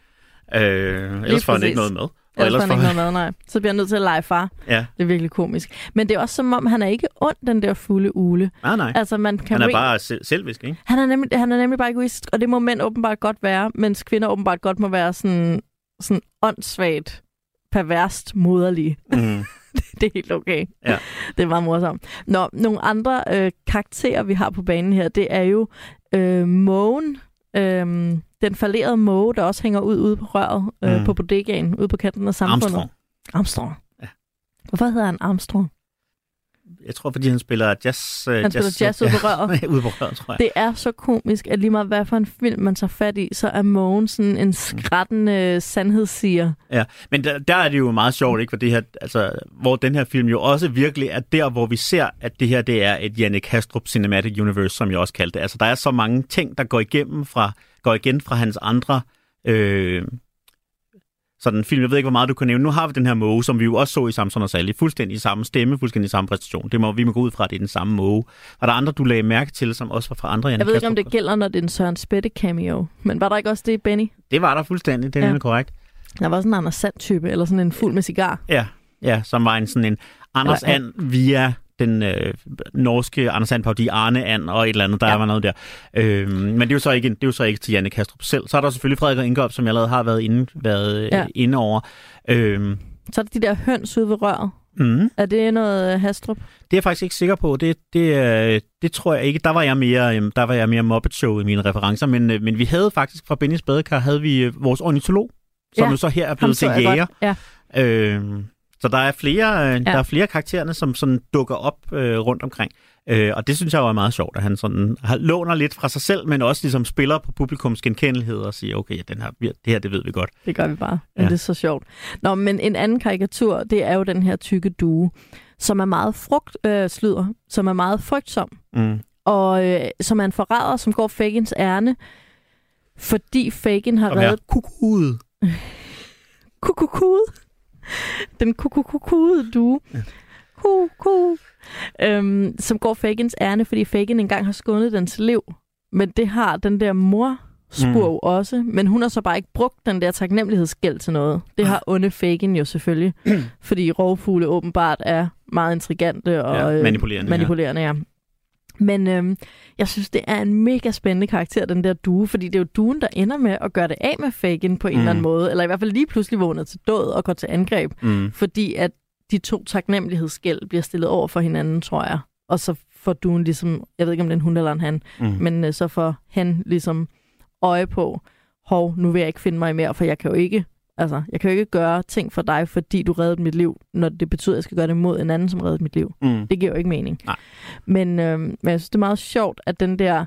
Øh, ellers får han ikke noget med. Og ellers, ellers får han ikke noget med, nej. Så bliver han nødt til at lege far. Ja. Det er virkelig komisk. Men det er også som om, han er ikke ond, den der fulde ule. Nej, nej. Altså, man kan han er re- bare selv- selvisk, ikke? Han er, nemlig, han er nemlig bare egoist, og det må mænd åbenbart godt være, mens kvinder åbenbart godt må være sådan, sådan åndssvagt, perverst, moderlige. Mm. Det er helt okay. Ja. Det er meget morsomt. Nå, nogle andre øh, karakterer, vi har på banen her, det er jo øh, mågen, øh, den fallerede måge, der også hænger ud ude på røret, øh, mm. på bodegaen, ude på kanten af samfundet. Armstrong. Armstrong. Ja. Hvorfor hedder han Armstrong? Jeg tror, fordi han spiller jazz. Han jazz, spiller jazz ude på røret. ude på røret, tror jeg. Det er så komisk, at lige meget hvad for en film man tager fat i, så er mågen sådan en skrættende sandhedssiger. Ja, men der, der er det jo meget sjovt, ikke? For det her, altså, hvor den her film jo også virkelig er der, hvor vi ser, at det her det er et Jannik Hastrup Cinematic Universe, som jeg også kaldte det. Altså, der er så mange ting, der går igennem fra går igen fra hans andre øh, sådan film. Jeg ved ikke, hvor meget du kan nævne. Nu har vi den her måge, som vi jo også så i Samson og Sally. Fuldstændig samme stemme, fuldstændig samme præstation. Det må vi må gå ud fra, at det er den samme måge. Var der andre, du lagde mærke til, som også var fra andre? Jeg ved ikke, om det gælder, når det er en Søren Spætte cameo. Men var der ikke også det i Benny? Det var der fuldstændig, det er ja. korrekt. Der var sådan en Anders Sand-type, eller sådan en fuld med cigar. Ja, ja, som var en sådan en Anders And via den øh, norske Anders And-parodi Arne And og et eller andet, der ja. var noget der. Øh, men det er, jo så ikke, det er jo så ikke til Janne Kastrup selv. Så er der selvfølgelig Frederik Ingop, som jeg allerede har været inde, været, ja. inde over. Øh, så er der de der høns ude ved røret. Mm. Er det noget Hastrup? Det er jeg faktisk ikke sikker på. Det, det, det tror jeg ikke. Der var jeg mere, der var jeg mere Muppet Show i mine referencer, men, men vi havde faktisk fra Bennys Badekar, havde vi vores ornitolog, som ja. jo så her er blevet til jæger. Ja. Øh, så der er flere, ja. der er flere karaktererne, som sådan dukker op øh, rundt omkring. Øh, og det synes jeg jo er meget sjovt, at han sådan låner lidt fra sig selv, men også ligesom spiller på publikums genkendelighed og siger, okay, den her, det her, det ved vi godt. Det gør vi bare. Ja. Det er så sjovt. Nå, men en anden karikatur, det er jo den her tykke due, som er meget frugt, øh, slyder, som er meget frygtsom. Mm. Og øh, som er en forræder, som går Fagins ærne, fordi Fagin har reddet... Kukude. Kukukude. Den kukukude due. Ja. Kuku. Øhm, som går Fagins ærne, fordi Fagin engang har skånet dens liv. Men det har den der mor-spurv mm. også. Men hun har så bare ikke brugt den der taknemmelighedsgæld til noget. Det har onde Fagin jo selvfølgelig. Fordi rovfugle åbenbart er meget intrigante og ja, manipulerende. manipulerende ja. Ja. Men øhm, jeg synes, det er en mega spændende karakter, den der due. Fordi det er jo duen, der ender med at gøre det af med Fagin på en mm. eller anden måde. Eller i hvert fald lige pludselig vågner til død og går til angreb. Mm. Fordi at de to taknemmelighedsgæld bliver stillet over for hinanden, tror jeg. Og så får duen ligesom, jeg ved ikke om det er en hund eller en han, mm. men øh, så får han ligesom øje på, hov, nu vil jeg ikke finde mig mere, for jeg kan jo ikke, altså, jeg kan jo ikke gøre ting for dig, fordi du reddede mit liv, når det betyder, at jeg skal gøre det mod en anden, som reddede mit liv. Mm. Det giver jo ikke mening. Nej. Men, øh, men jeg synes, det er meget sjovt, at den der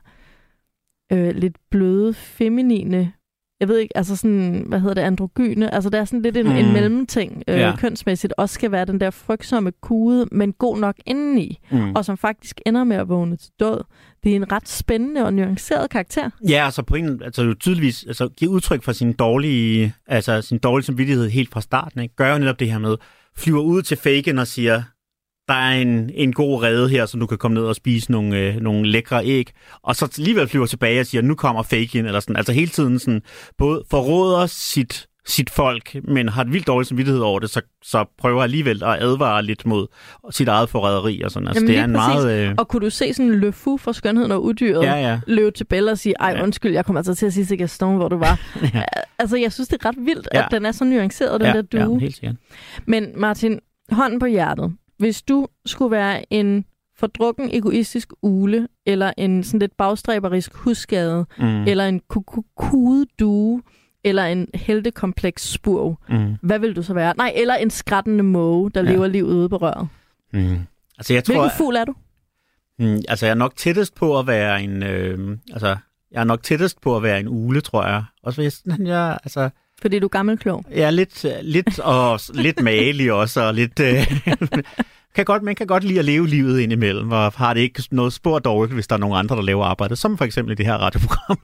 øh, lidt bløde, feminine, jeg ved ikke, altså sådan, hvad hedder det, androgyne, altså der er sådan lidt en, mm. en mellemting, øh, ja. kønsmæssigt, også skal være den der frygtsomme kude, men god nok indeni, mm. og som faktisk ender med at vågne til død. Det er en ret spændende og nuanceret karakter. Ja, altså på en, altså jo tydeligvis, altså giver udtryk for sin dårlige, altså sin dårlige samvittighed helt fra starten, ikke? Gør jo netop det her med, flyver ud til Fagin og siger, der er en, en god rede her, så du kan komme ned og spise nogle, øh, nogle lækre æg. Og så alligevel flyver tilbage og siger, nu kommer Fagin, eller sådan. Altså hele tiden sådan, både forråder sit, sit folk, men har et vildt dårlig samvittighed over det, så, så prøver alligevel at advare lidt mod sit eget forræderi og sådan. Altså jamen, det er en præcis. meget... Øh... Og kunne du se sådan en Le Fou for skønheden og udyret ja, ja. løbe til Bella og sige, ej undskyld, jeg kommer altså til at sige til Gaston, hvor du var. ja. Altså jeg synes, det er ret vildt, ja. at den er så nuanceret, den ja, der due. Ja, helt sikkert. Men Martin, hånden på hjertet. Hvis du skulle være en fordrukken, egoistisk ugle, eller en sådan lidt bagstræberisk husskade, mm. eller en kukukude due, eller en heltekompleks spurv, mm. hvad vil du så være? Nej, eller en skrattende måge, der ja. lever livet ude på røret. Mm. Altså, jeg tror, hvilken fugl er du? Mm, altså, jeg er nok tættest på at være en... Øh, altså, jeg er nok tættest på at være en ugle, tror jeg. Også fordi jeg... jeg altså, fordi du er gammelklog? Ja, lidt, lidt, og lidt malig også, og lidt... Øh, kan godt, man kan godt lide at leve livet indimellem, og har det ikke noget spor dårligt, hvis der er nogen andre, der laver arbejdet, som for eksempel i det her radioprogram.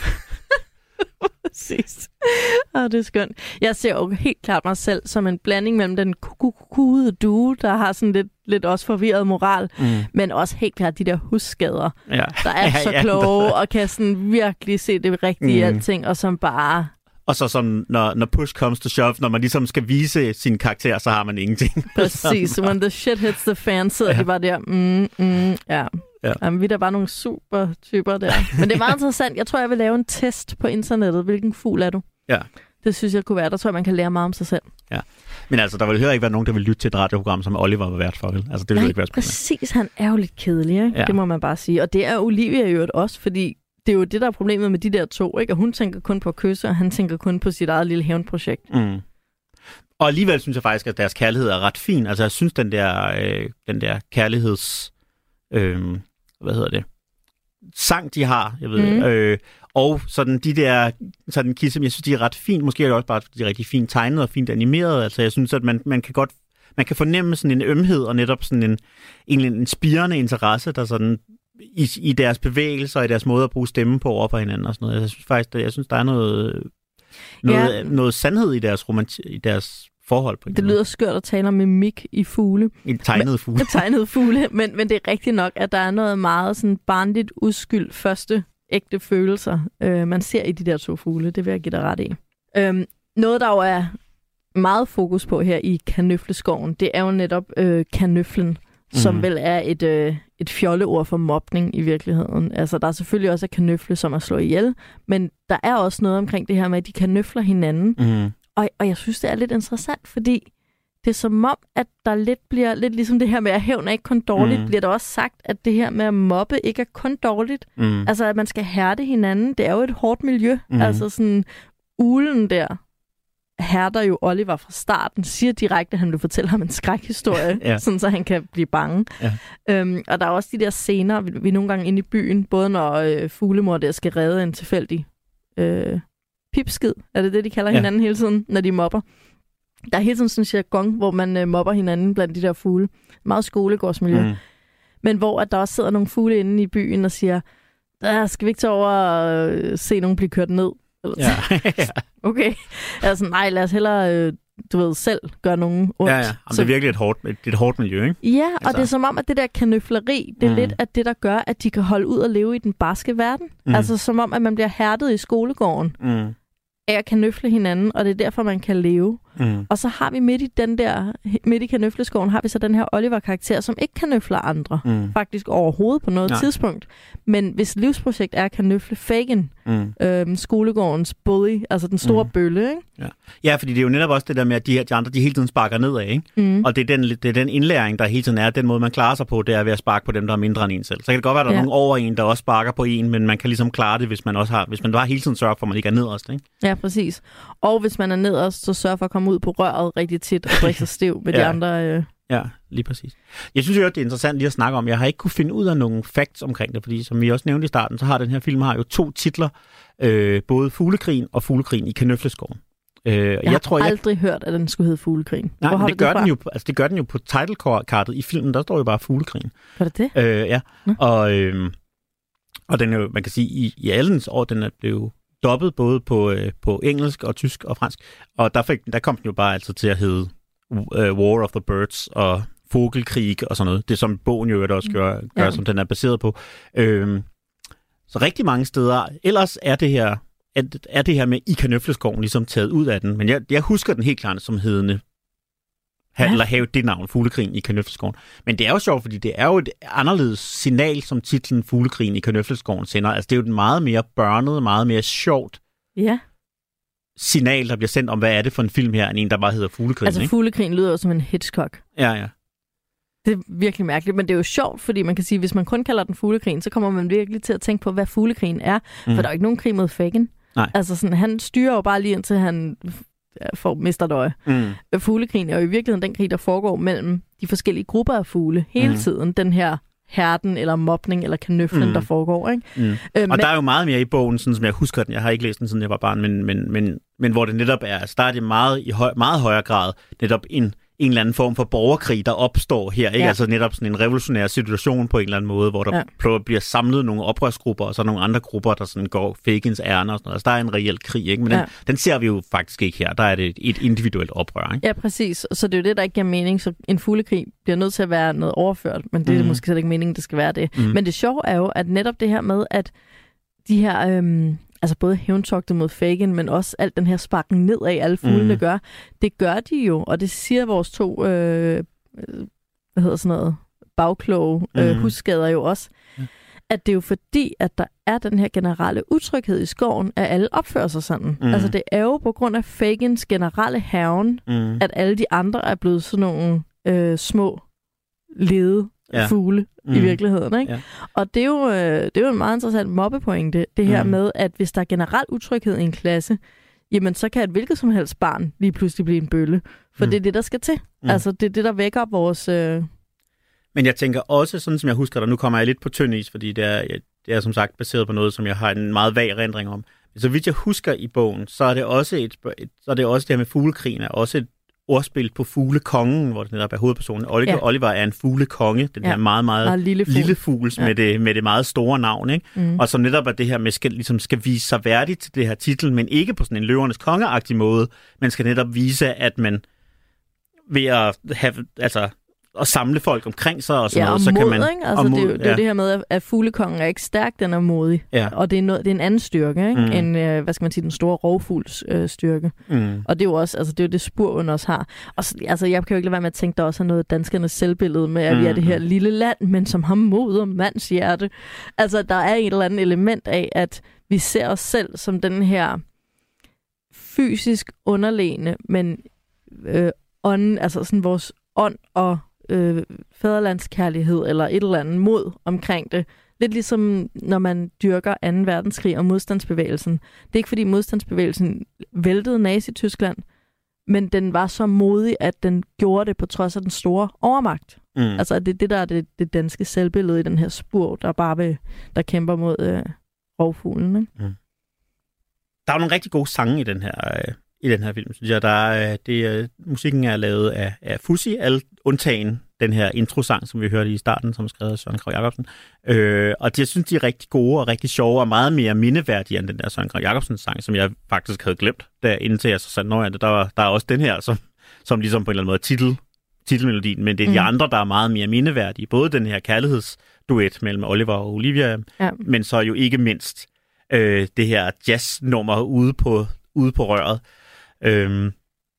Præcis. Oh, det er skønt. Jeg ser jo helt klart mig selv som en blanding mellem den kukukude due, der har sådan lidt, lidt også forvirret moral, mm. men også helt klart de der husskader, ja. der er ja, så kloge, ja. og kan sådan virkelig se det rigtige i mm. alting, og som bare... Og så som, når, når push comes to shove, når man ligesom skal vise sin karakter, så har man ingenting. Præcis. When the shit hits the fan, sidder ja. de bare der. Mm, mm, ja. Ja. Jamen, vi er da bare nogle super typer der. Men det er meget interessant. Jeg tror, jeg vil lave en test på internettet. Hvilken fugl er du? Ja. Det synes jeg kunne være. Der tror jeg, man kan lære meget om sig selv. Ja. Men altså, der vil heller ikke være nogen, der vil lytte til et radioprogram, som Oliver var vært for. Vel? Altså, det vil Nej, ikke være spændende. Præcis. Han er jo lidt kedelig, ikke? Ja. Det må man bare sige. Og det er Olivia jo også, fordi det er jo det, der er problemet med de der to, ikke? Og hun tænker kun på at kysse, og han tænker kun på sit eget lille hævnprojekt. Mm. Og alligevel synes jeg faktisk, at deres kærlighed er ret fin. Altså, jeg synes, den der, øh, den der kærligheds... Øh, hvad hedder det? Sang, de har, jeg ved mm. øh, og sådan de der sådan kisse, jeg synes, de er ret fint. Måske er det også bare, de er rigtig fint tegnet og fint animeret. Altså, jeg synes, at man, man kan godt... Man kan fornemme sådan en ømhed og netop sådan en, en, en spirende interesse, der sådan i, i deres bevægelser og i deres måde at bruge stemme på over for hinanden og sådan noget. Jeg synes faktisk, jeg synes, der er noget, noget, ja. noget sandhed i deres, romanti- i deres forhold. På det lyder skørt at tale om mimik i fugle. En tegnet fugle. En tegnet fugle, men, men det er rigtigt nok, at der er noget meget sådan barnligt uskyld første ægte følelser, øh, man ser i de der to fugle. Det vil jeg give dig ret i. Øhm, noget, der jo er meget fokus på her i Kanøfleskoven, det er jo netop øh, kanøflen, mm. som vel er et, øh, et fjolleord for mobning i virkeligheden. Altså, der er selvfølgelig også kanøfle, som er slået ihjel, men der er også noget omkring det her med, at de kanøfler hinanden. Mm. Og, og jeg synes, det er lidt interessant, fordi det er som om, at der lidt bliver, lidt ligesom det her med, at hævn er ikke kun dårligt, mm. bliver der også sagt, at det her med at mobbe ikke er kun dårligt. Mm. Altså, at man skal hærde hinanden, det er jo et hårdt miljø. Mm. Altså sådan, ulen der hærder jo Oliver fra starten, siger direkte, at han vil fortælle ham en skrækhistorie, ja. Sådan så han kan blive bange. Ja. Øhm, og der er også de der scener, vi, vi er nogle gange inde i byen, både når øh, fuglemor der skal redde en tilfældig øh, pipskid, er det det, de kalder ja. hinanden hele tiden, når de mobber. Der er hele tiden sådan en jargon, hvor man øh, mobber hinanden blandt de der fugle. Meget skolegårdsmiljø. Mm. Men hvor at der også sidder nogle fugle inde i byen og siger, skal vi ikke tage over og øh, se nogen blive kørt ned? Ja. Okay. Altså, nej, lad os hellere, øh, du ved, selv gøre nogen ondt. Ja, ja. Jamen, så... det er virkelig et hårdt, et, et hårdt miljø, ikke? Ja, og altså. Det er som om, at det der kanøfleri, det er mm. lidt at det, der gør, at de kan holde ud og leve i den barske verden. Mm. Altså, som om, at man bliver hærdet i skolegården mm. af at kanøfle hinanden, og det er derfor, man kan leve. Mm. Og så har vi midt i den der, midt i kanøfleskoven, har vi så den her Oliver-karakter, som ikke kanøfler andre, mm. faktisk overhovedet på noget Nej. tidspunkt. Men hvis livsprojekt er at kanøfle Fagin, mm. øhm, skolegårdens bully, altså den store mm. bølle, ikke? Ja. ja, fordi det er jo netop også det der med, at de, her, de andre, de hele tiden sparker nedad, ikke? Mm. Og det er, den, det er den indlæring, der hele tiden er, den måde, man klarer sig på, det er ved at sparke på dem, der er mindre end en selv. Så kan det godt være, at der ja. er nogen over en, der også sparker på en, men man kan ligesom klare det, hvis man også har, hvis man bare hele tiden sørger for, at man ikke er nederst, ikke? Ja, præcis. Og hvis man er nederst, så sørger for at komme ud på røret rigtig tit og drikke sig stiv med ja. de andre. Øh... Ja, lige præcis. Jeg synes jo, det er interessant lige at snakke om. Jeg har ikke kunne finde ud af nogle facts omkring det, fordi som vi også nævnte i starten, så har den her film har jo to titler, øh, både Fuglekrigen og Fuglekrigen i Kanøfleskoven. Øh, jeg, jeg har tror, jeg... aldrig hørt, at den skulle hedde Fuglekrigen. Nej, men det gør, den jo, altså, det gør den jo på titlekartet i filmen, der står jo bare Fuglekrigen. Var det det? Øh, ja, mm. og, øh, og den er jo, man kan sige, i, i allens år, den er blevet dobbet både på, øh, på engelsk og tysk og fransk, og der, fik, der kom den jo bare altid til at hedde uh, War of the Birds og Vogelkrig og sådan noget. Det som bogen jo også gør, gør ja. som den er baseret på. Øhm, så rigtig mange steder. Ellers er det her, er, er det her med i Kanøfleskoven ligesom taget ud af den, men jeg, jeg husker den helt klart som hedende ja. eller have det navn, Fuglekrigen i Kanøfleskoven. Men det er jo sjovt, fordi det er jo et anderledes signal, som titlen Fuglekrigen i Kanøfleskoven sender. Altså det er jo et meget mere børnet, meget mere sjovt ja. signal, der bliver sendt om, hvad er det for en film her, end en, der bare hedder Fuglekrigen. Altså Fuglekrigen lyder jo som en Hitchcock. Ja, ja. Det er virkelig mærkeligt, men det er jo sjovt, fordi man kan sige, hvis man kun kalder den Fuglekrigen, så kommer man virkelig til at tænke på, hvad Fuglekrigen er. Mm. For der er jo ikke nogen krig mod Fagin. Nej. Altså sådan, han styrer jo bare lige indtil han får mister et øje. Mm. Fuglekrigen er jo i virkeligheden den krig, der foregår mellem de forskellige grupper af fugle hele mm. tiden. Den her hærden eller mobning eller kanøflen, mm. der foregår. Ikke? Mm. Øh, og men... der er jo meget mere i bogen, sådan som jeg husker den. Jeg har ikke læst den, siden jeg var barn, men, men, men, men hvor det netop er, altså der er det meget, i høj, meget højere grad netop en en eller anden form for borgerkrig, der opstår her. Ikke? Ja. Altså netop sådan en revolutionær situation på en eller anden måde, hvor der ja. bliver samlet nogle oprørsgrupper, og så nogle andre grupper, der sådan går Fagins ærner og sådan noget. Altså der er en reel krig, ikke? Men ja. den, den ser vi jo faktisk ikke her. Der er det et, et individuelt oprør. Ikke? Ja, præcis. Så det er jo det, der ikke giver mening. Så en fuglekrig bliver nødt til at være noget overført, men det er mm. måske slet ikke meningen, det skal være det. Mm. Men det sjove er jo, at netop det her med, at de her... Øhm, altså både hævntogtet mod Fagin, men også alt den her sparken nedad, alle fuglene mm. gør. Det gør de jo, og det siger vores to, øh, hvad hedder sådan noget, bagkloge øh, mm. husskader jo også, ja. At det er jo fordi, at der er den her generelle utryghed i skoven, at alle opfører sig sådan. Mm. Altså det er jo på grund af Fagins generelle hærgen, mm. at alle de andre er blevet sådan nogle øh, små lede ja. fugle mm. i virkeligheden. Ikke? Ja. Og det er, jo, øh, det er jo en meget interessant mobbepointe, det her mm. med, at hvis der er generelt utryghed i en klasse, jamen så kan et hvilket som helst barn lige pludselig blive en bølle. For mm. det er det, der skal til. Mm. Altså det er det, der vækker op vores... Øh... Men jeg tænker også, sådan som jeg husker det, nu kommer jeg lidt på tynd is, fordi det er, det er som sagt baseret på noget, som jeg har en meget vag erindring om. Så vidt jeg husker i bogen, så er det også, et, et, så er det, også det her med fuglekrigen, er også et ordspil på fuglekongen, hvor det netop er hovedpersonen. Oliver, Ja. Oliver er en fuglekonge, den Ja. her meget, meget Og lille fugl. lille fugl Ja. med, det, med det meget store navn, ikke? Mm. Og som netop er det her med, skal, ligesom skal vise sig værdigt til det her titel, men ikke på sådan en løvernes kongeagtig måde, men skal netop vise, at man ved at have, altså, at samle folk omkring sig og sådan Ja, noget, og så mod, kan man... ikke? Altså, og det, er jo- det er jo ja. det her med, at fuglekongen er ikke stærk, den er modig. Ja. Og det er, noget, det er en anden styrke, ikke? Mm. End, øh, hvad skal man sige, den store rovfugls øh, styrke. Mm. Og det er jo også, altså det er jo det spurven også har. Og så, altså jeg kan jo ikke lade være med at tænke, der også er noget danskernes selvbillede med, at mm. vi er det her lille land, men som har mod og mands hjerte. Altså der er et eller andet element af, at vi ser os selv som den her fysisk underlegne, men øh, ånden, altså sådan vores ånd og øh, fædrelandskærlighed eller et eller andet mod omkring det. Lidt ligesom når man dyrker anden verdenskrig og modstandsbevægelsen. Det er ikke fordi modstandsbevægelsen væltede Nazi-Tyskland, men den var så modig, at den gjorde det på trods af den store overmagt. Mm. Altså det er det, der er det, det danske selvbillede i den her spur, der bare vil, der kæmper mod øh, rovfuglen. Ikke? Mm. Der er jo nogle rigtig gode sange i den her, øh, i den her film, synes jeg. Der er, det, øh, musikken er lavet af, af Fuzzy, alle undtagen den her introsang, som vi hørte i starten, som er skrevet af Søren Krag Jacobsen. Øh, og jeg synes, de er rigtig gode og rigtig sjove og meget mere mindeværdige end den der Søren Krag Jacobsens sang, som jeg faktisk havde glemt, der indtil jeg så sagde, nå ja, der, var, der er også den her, som, som ligesom på en eller anden måde titel, titelmelodien, men det er de Mm. andre, der er meget mere mindeværdige. Både den her kærlighedsduet mellem Oliver og Olivia, Ja. men så jo ikke mindst øh, det her jazznummer ude på, ude på røret. Øhm,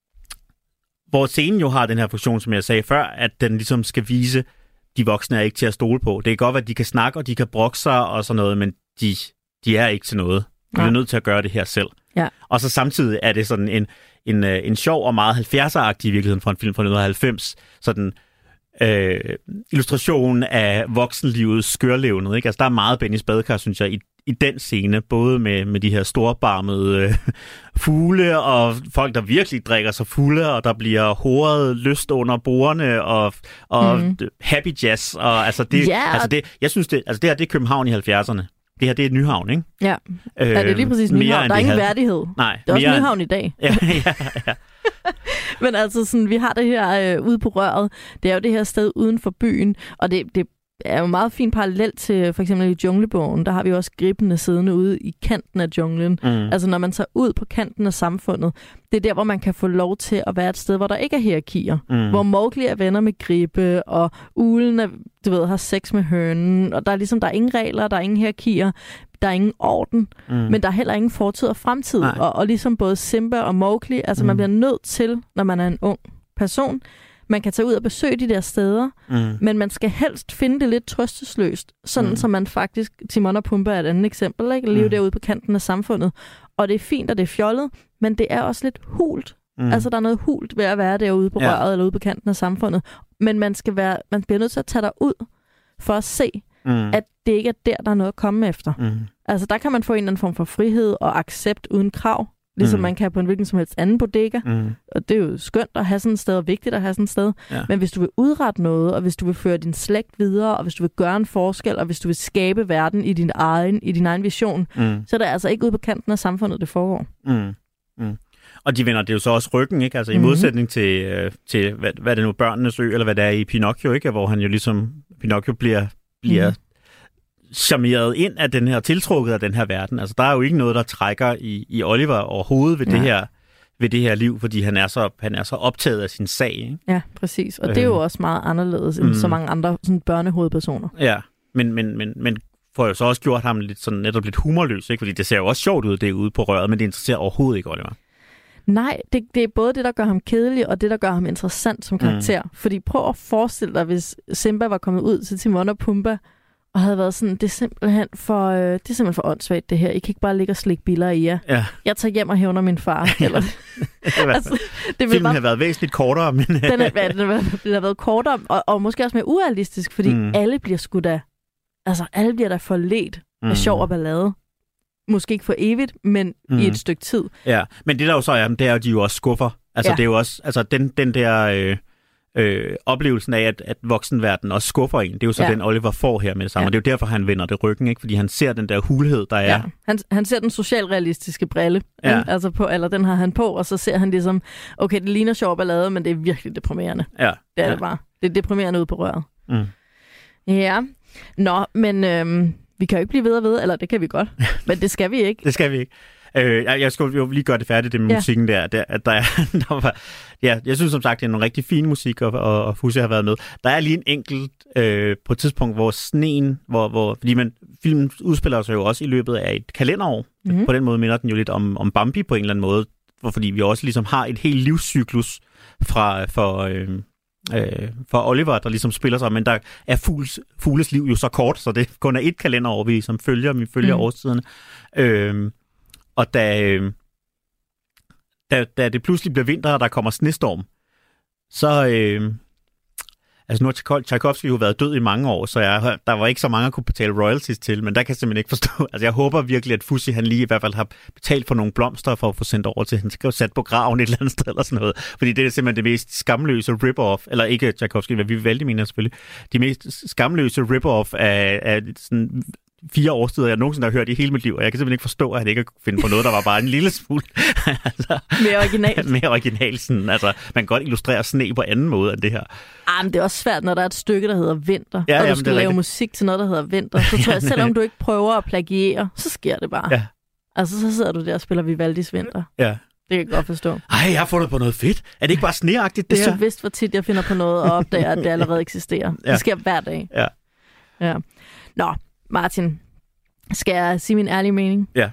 hvor scenen jo har den her funktion, som jeg sagde før, at den ligesom skal vise, de voksne er ikke til at stole på. Det kan godt være, at de kan snakke, og de kan brokke sig og sådan noget, men de, de er ikke til noget. De er Nej. nødt til at gøre det her selv. Ja. Og så samtidig er det sådan en, en, øh, en sjov og meget halvfjerdser-agtig i virkeligheden fra en film fra nitten halvfems. Sådan øh, illustration af voksenlivets skørlevnet. Ikke? Altså, der er meget Benny Badekar, synes jeg, i, i den scene. Både med, med de her storbarmede øh, fugle, og folk, der virkelig drikker sig fulde, og der bliver horet lyst under bordene, og, og Mhm. happy jazz. Og, altså, det, Ja, og- altså, det, jeg synes, det, altså, det her det er København i halvfjerdserne. Det her, det er Nyhavn, ikke? Ja, Øh, ja det er lige præcis mere Nyhavn. end Der er de ingen havde- værdighed. Nej, Det er også mere- Nyhavn i dag. Ja, ja, ja. Men altså, sådan, vi har det her øh, ude på røret. Det er jo det her sted uden for byen, og det, det er jo meget fint parallelt til for eksempel i Junglebogen. Der har vi jo også gribende siddende ude i kanten af junglen. Mm. Altså når man tager ud på kanten af samfundet, det er der, hvor man kan få lov til at være et sted, hvor der ikke er hierarkier. Mm. Hvor Mowgli er venner med Gribbe, og Ulen er, du ved, har sex med hønen, og der er ligesom, der er ingen regler, der er ingen hierarkier, der er ingen orden, Mm. men der er heller ingen fortid og fremtid. Nej. Og, og ligesom både Simba og Mowgli, altså mm. man Mm. bliver nødt til, når man er en ung person, man kan tage ud og besøge de der steder, Mm. men man skal helst finde det lidt trøstesløst, sådan Mm. som man faktisk, Timon og Pumba er et andet eksempel, ikke? Leve Mm. derude på kanten af samfundet. Og det er fint, og det er fjollet, men det er også lidt hult. Mm. Altså, der er noget hult ved at være derude på Ja. røret eller ude på kanten af samfundet. Men man skal være, man bliver nødt til at tage derud for at se, mm. at det ikke er der, der er noget at komme efter. Mm. Altså, der kan man få en eller anden form for frihed og accept uden krav, ligesom Mm. man kan på en hvilken som helst anden bodega. Mm. Og det er jo skønt at have sådan et sted, og vigtigt at have sådan et sted. Ja. Men hvis du vil udrette noget, og hvis du vil føre din slægt videre, og hvis du vil gøre en forskel, og hvis du vil skabe verden i din egen, i din egen vision, Mm. så er det altså ikke ude på kanten af samfundet, det foregår. Mm. Mm. Og de vender det jo så også ryggen, ikke? Altså i Mhm. modsætning til, øh, til hvad, hvad er det nu, Børnenes Ø, eller hvad det er i Pinocchio, ikke? Hvor han jo ligesom, Pinocchio bliver, bliver Mhm. charmeret ind af den her, tiltrukket af den her verden. Altså der er jo ikke noget, der trækker i, i Oliver overhovedet ved, Nej. det her, ved det her liv, fordi han er så, han er så optaget af sin sag, ikke? Ja, præcis. Og det er jo Øh. også meget anderledes end Mm. så mange andre sådan børnehovedpersoner. Ja, men, men, men, men får jo så også gjort ham lidt sådan, netop lidt humorløs, ikke? Fordi det ser jo også sjovt ud, det er ude på røret, men det interesserer overhovedet ikke Oliver. Nej, det, det er både det, der gør ham kedelig, og det, der gør ham interessant som karakter. Mm. Fordi prøv at forestille dig, hvis Simba var kommet ud til Timon og Pumba, og havde været sådan, det er simpelthen for, øh, det er simpelthen for åndssvagt det her. I kan ikke bare ligge og slikke biller i jer. Ja. Jeg tager hjem og hævner min far. Eller, altså, det vil Filmen bare, har været væsentligt kortere, men... den, er, den, er, den har været kortere, og, og måske også mere urealistisk, fordi Mm. mm. alle bliver sgu da, altså alle bliver da forledt Mm. af sjov og ballade. Måske ikke for evigt, men Mm. i et stykke tid. Ja, men det der jo så er, det er jo, de jo også skuffer. Altså, Ja. det er jo også, altså, den, den der, øh, øh, oplevelsen af, at, at voksenverdenen også skuffer en. Det er jo så ja. Den, Oliver får her med det samme. Ja. Og det er jo derfor, han vender det ryggen, ikke? Fordi han ser den der hulhed, der er. Ja. Han, han ser den socialrealistiske brille, ja. Altså på, eller den har han på, og så ser han ligesom, okay, det ligner sjov ballade, men det er virkelig deprimerende. Ja. Det er ja. det bare. Det er deprimerende ude på røret. Mm. Ja. Nå, men øhm, vi kan jo ikke blive ved og ved, eller det kan vi godt, men det skal vi ikke. Det skal vi ikke. Øh, jeg, jeg skulle jo lige gøre det færdigt, det med ja. musikken der. der, at der, er, der var, ja, jeg synes som sagt, det er nogle rigtig fine musik, og, og, og Fuzzy har været med. Der er lige en enkelt øh, på et tidspunkt, hvor sneen, hvor, hvor, fordi man, filmen udspiller sig jo også i løbet af et kalenderår. Mm-hmm. På den måde minder den jo lidt om, om Bambi på en eller anden måde, hvor, fordi vi også ligesom har et helt livscyklus fra, for, øh, øh, for Oliver, der ligesom spiller sig, men der er fugles, fugles liv jo så kort, så det kun er et kalenderår, vi som følger, vi følger mm. årstiderne. Øh, Og da, øh, da, da det pludselig bliver vinter, og der kommer snestorm, så... Øh, altså nu har Tchaikovsky jo været død i mange år, så jeg, der var ikke så mange, at kunne betale royalties til, men der kan jeg simpelthen ikke forstå. Altså jeg håber virkelig, at Fuzzy han lige i hvert fald har betalt for nogle blomster for at få sendt over til, han skal jo sat på graven et eller andet sted eller sådan noget. Fordi det er simpelthen det mest skamløse rip-off, eller ikke Tchaikovsky, hvad vi valgte mener selvfølgelig, de mest skamløse rip-off af, af sådan... fire årstider, jeg nogensinde har hørt i hele mit liv, og jeg kan simpelthen ikke forstå, at han ikke kan finde på noget, der var bare en lille smule altså, mere originalt. mere original, sådan, altså, man kan godt illustrere sne på anden måde end det her. Ah, men det er også svært, når der er et stykke, der hedder Vinter, ja, og du jamen, skal lave rigtigt. Musik til noget, der hedder Vinter. Så tror jeg, selvom du ikke prøver at plagiere, så sker det bare. Ja. Altså, så sidder du der og spiller Vivaldis Vinter. Ja. Det kan jeg godt forstå. Ej, jeg har fundet på noget fedt. Er det ikke bare sneagtigt, det Hvis her? du vidste, hvor tit jeg finder på noget og opdager, at det allerede eksisterer. Ja. Det sker hver dag. Ja. Ja. Nå, Martin, skal jeg sige min ærlige mening? Ja.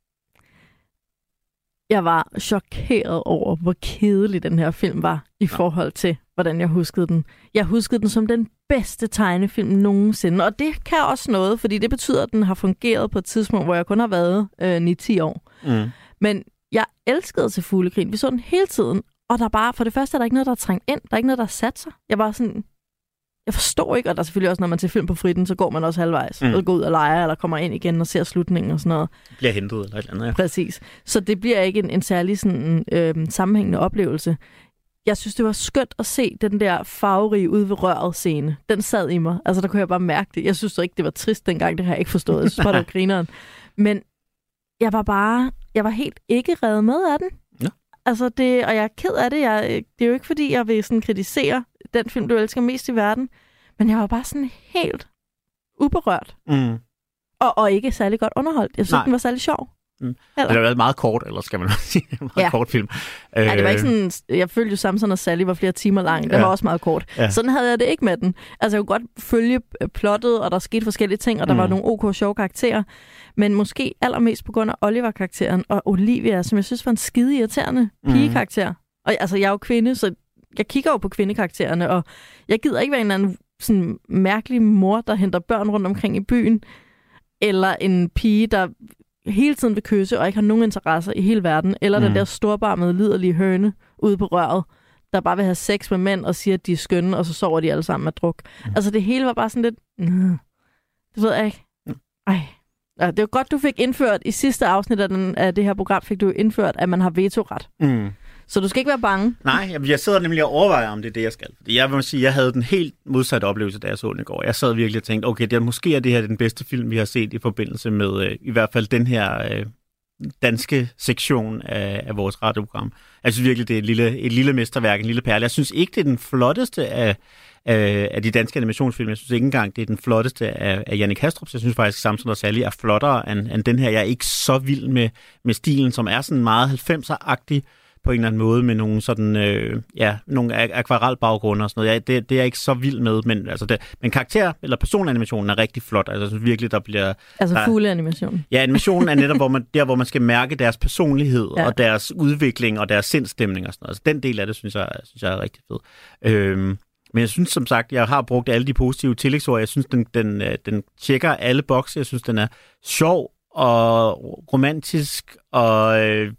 Jeg var chokeret over, hvor kedelig den her film var i ja. forhold til, hvordan jeg huskede den. Jeg huskede den som den bedste tegnefilm nogensinde, og det kan også noget, fordi det betyder, at den har fungeret på et tidspunkt, hvor jeg kun har været øh, ni til ti år. Mm. Men jeg elskede til Fuglekrigen. Vi så den hele tiden, og der bare, for det første er der ikke noget, der er trængt ind. Der er ikke noget, der er sat sig. Jeg var sådan... Jeg forstår ikke, og der er selvfølgelig også, når man ser film på fritten, så går man også halvvejs. Mm. Og går ud og leger, eller kommer ind igen og ser slutningen og sådan noget. Bliver hentet eller et eller andet, ja. Præcis. Så det bliver ikke en, en særlig sådan, øh, sammenhængende oplevelse. Jeg synes, det var skønt at se den der farverige ude ved røret scene. Den sad i mig. Altså, der kunne jeg bare mærke det. Jeg synes ikke, det var trist dengang. Det har jeg ikke forstået. Jeg synes bare, det var grineren. Men jeg var bare... Jeg var helt ikke revet med af den. Ja. Altså, det, og jeg er ked af det. Jeg, det er jo ikke, fordi jeg vil sådan kritisere den film, du elsker mest i verden. Men jeg var bare sådan helt uberørt. Mm. Og, og ikke særlig godt underholdt. Jeg synes, Nej. Den var særlig sjov. Mm. Det har været meget kort, eller skal man også sige, en meget ja. kort film. Ja, det var ikke sådan, jeg følte jo Samson og Sally var flere timer lang. Den ja. var også meget kort. Ja. Sådan havde jeg det ikke med den. Altså, jeg kunne godt følge plottet, og der skete forskellige ting, og der mm. var nogle ok sjove karakterer. Men måske allermest på grund af Oliver-karakteren og Olivia, som jeg synes var en skide irriterende mm. pigekarakter. Og altså, jeg er jo kvinde, så jeg kigger jo på kvindekaraktererne, og jeg gider ikke være en eller anden sådan mærkelig mor, der henter børn rundt omkring i byen, eller en pige, der hele tiden vil kysse og ikke har nogen interesser i hele verden, eller mm. den der storbarmede, liderlige høne ude på røret, der bare vil have sex med mænd og siger, at de er skønne, og så sover de alle sammen med druk. Mm. Altså det hele var bare sådan lidt... Mm, det ved jeg ikke. Ej. Ja, det var godt, du fik indført, i sidste afsnit af, den, af det her program, fik du indført, at man har vetoret. Mm. Så du skal ikke være bange? Nej, jeg sidder nemlig og overvejer, om det er det, jeg skal. Fordi jeg vil sige, jeg havde den helt modsatte oplevelse, da jeg så den i går. Jeg sad virkelig og tænkte, okay, det er, måske er det her den bedste film, vi har set i forbindelse med øh, i hvert fald den her øh, danske sektion af, af vores radioprogram. Jeg synes virkelig, det er et lille, et lille mesterværk, en lille perle. Jeg synes ikke, det er den flotteste af, af, af de danske animationsfilm. Jeg synes ikke engang, det er den flotteste af, af Jannik Hastrup. Jeg synes faktisk, at Samson og Sally er flottere end, end den her. Jeg er ikke så vild med, med stilen, som er sådan meget halvfemser-agtig på en eller anden måde, med nogle sådan, øh, ja, nogle akvarelbaggrunde og sådan noget. Ja, det, det er jeg ikke så vild med, men, altså det, men karakter- eller personanimationen er rigtig flot. Altså, jeg synes virkelig, der bliver... Altså fugleanimationen. Ja, animationen er netop hvor man, der, hvor man skal mærke deres personlighed, ja. Og deres udvikling, og deres sindstemning og sådan noget. Altså, den del af det, synes jeg, synes jeg er rigtig fed. Øhm, men jeg synes, som sagt, jeg har brugt alle de positive tillægsord. Jeg synes, den, den, den tjekker alle bokse. Jeg synes, den er sjov og romantisk og... Øh,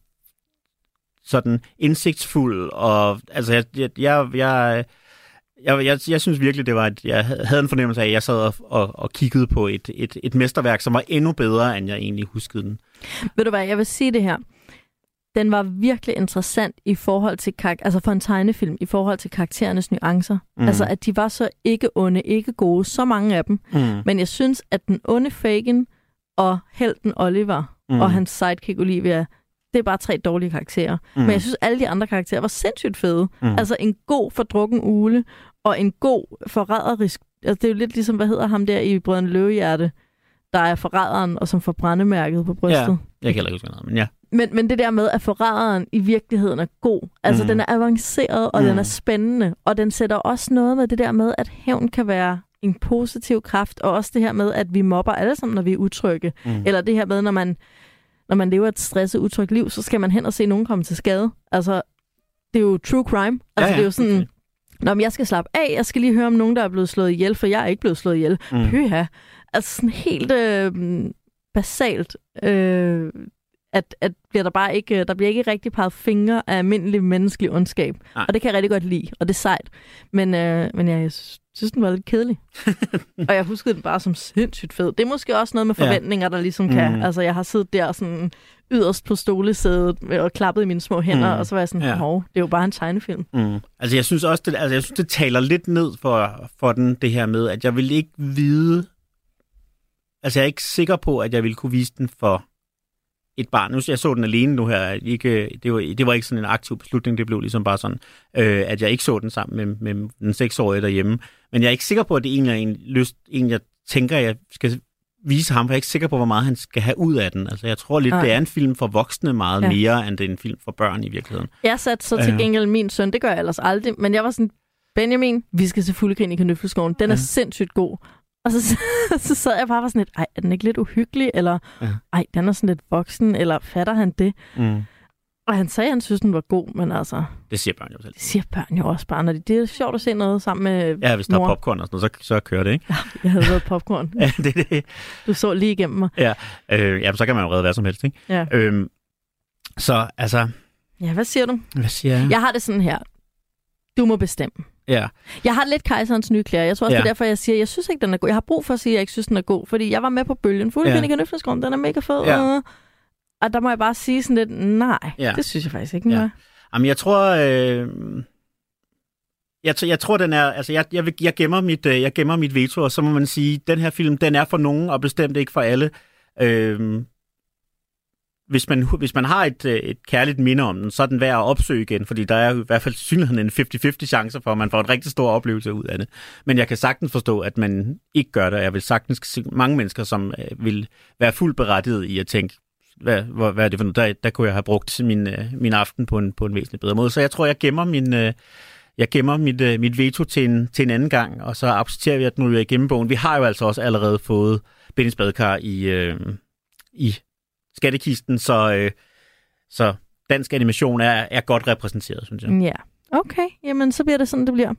sådan indsigtsfuld, og altså jeg jeg jeg jeg, jeg, jeg, jeg synes virkelig, det var et, jeg havde en fornemmelse af, at jeg sad og, og, og kiggede på et, et, et mesterværk, som var endnu bedre, end jeg egentlig huskede den. Ved du hvad, jeg vil sige det her. den var virkelig interessant i forhold til, kar- altså for en tegnefilm, i forhold til karakterernes nuancer. Mm. Altså, at de var så ikke onde, ikke gode, så mange af dem. Mm. Men jeg synes, at den onde Fagin og helten Oliver mm. og hans sidekick Olivia, det er bare tre dårlige karakterer. Mm. Men jeg synes, alle de andre karakterer var sindssygt fede. Mm. Altså, en god fordrukken ule, og en god forræderisk... Altså, det er jo lidt ligesom, hvad hedder ham der i Brødrene Løvehjerte, der er forræderen, og som får brændemærket på brystet. Ja, jeg kan heller ikke huske noget, men ja. Men, men det der med, at forræderen i virkeligheden er god. Altså, mm. den er avanceret, og mm. den er spændende. Og den sætter også noget med det der med, at hævn kan være en positiv kraft. Og også det her med, at vi mobber alle sammen, når vi er utrygge. Mm. Eller det her med, når man, når man lever et stresset, utrygt liv, så skal man hen og se nogen komme til skade. Altså, det er jo true crime. Altså, ja, ja. Det er jo sådan... Okay. Nå, men jeg skal slappe af. Jeg skal lige høre om nogen, der er blevet slået ihjel, for jeg er ikke blevet slået ihjel. Mm. Pyha. Altså sådan helt øh, basalt, øh, at, at bliver der bare ikke, der bliver ikke rigtig peget fingre af almindelig menneskelig ondskab. Nej. Og det kan jeg rigtig godt lide, og det er sejt. Men, øh, men ja, jeg synes, den var lidt kedelig. Og jeg huskede den bare som sindssygt fed. Det er måske også noget med forventninger, ja. Der ligesom kan. Mm. Altså, jeg har siddet der sådan yderst på stolesædet og klappet i mine små hænder, mm. og så var jeg sådan, ja. Hov, det er jo bare en tegnefilm. Mm. Altså, jeg synes også, det, altså, jeg synes, det taler lidt ned for, for den, det her med, at jeg vil ikke vide... Altså, jeg er ikke sikker på, at jeg ville kunne vise den for et barn. Nu, jeg så den alene nu her. Ikke, det, var, det var ikke sådan en aktiv beslutning. Det blev ligesom bare sådan, øh, at jeg ikke så den sammen med, med den seksårige derhjemme. Men jeg er ikke sikker på, at det egentlig er en lyst, en jeg tænker, jeg skal vise ham. For jeg er ikke sikker på, hvor meget han skal have ud af den. Altså, jeg tror lidt, ja. Det er en film for voksne meget ja. Mere, end det er en film for børn i virkeligheden. Jeg satte så til gengæld min søn. Det gør jeg ellers aldrig. Men jeg var sådan, Benjamin, vi skal se Fuglekrigen i Kanøffelskoven. Den er ja. Sindssygt god. Og så, så sad jeg bare og var sådan lidt, ej, er den ikke lidt uhyggelig? Eller, ja. Ej, den er sådan lidt voksen, eller fatter han det? Mm. Og han sagde, at han synes, den var god, men altså... Det siger børn jo selv. Det siger børn jo også bare, når de, det er sjovt at se noget sammen med Ja, hvis der mor. Er popcorn og sådan noget, så, så kører det, ikke? Ja, jeg havde været popcorn. Ja, det er det. Du så lige igennem mig. Ja, øh, ja så kan man jo redde hvad som helst, ikke? Ja. Øhm, så, altså... Ja, hvad siger du? Hvad siger jeg? Jeg har det sådan her. Du må bestemme. Ja. Jeg har lidt Kejserens nye klæder. Jeg tror også, ja. Det er derfor, jeg siger, jeg synes ikke, den er god. Jeg har brug for at sige, at jeg ikke synes, den er god, fordi jeg var med på bølgen. Fuglekrigen i Kanøffelskoven, den er mega fed. Ja. Og der må jeg bare sige sådan lidt, nej, ja. Det synes jeg faktisk ikke, den ja. Jamen, jeg tror... Øh... Jeg, t- jeg tror, den er... Altså, jeg, jeg, jeg, gemmer mit, øh, jeg gemmer mit veto, og så må man sige, den her film, den er for nogen, og bestemt ikke for alle. Øh... Hvis man, hvis man har et, et kærligt minde om den, så er den værd at opsøge igen, fordi der er i hvert fald synligheden en halvtreds halvtreds chance for, at man får en rigtig stor oplevelse ud af det. Men jeg kan sagtens forstå, at man ikke gør det, og jeg vil sagtens se mange mennesker, som vil være fuldt berettiget i at tænke, hvad, hvad er det for noget? Der, der kunne jeg have brugt min, min aften på en, på en væsentlig bedre måde. Så jeg tror, jeg gemmer min... Jeg gemmer mit, mit veto til en, til en anden gang, og så accepterer vi, at nu er i gennembogen. Vi har jo altså også allerede fået Bennys badekar i... Øh, i skattekisten, så, øh, så dansk animation er, er godt repræsenteret, synes jeg. Ja, okay. Jamen, så bliver det sådan, det bliver.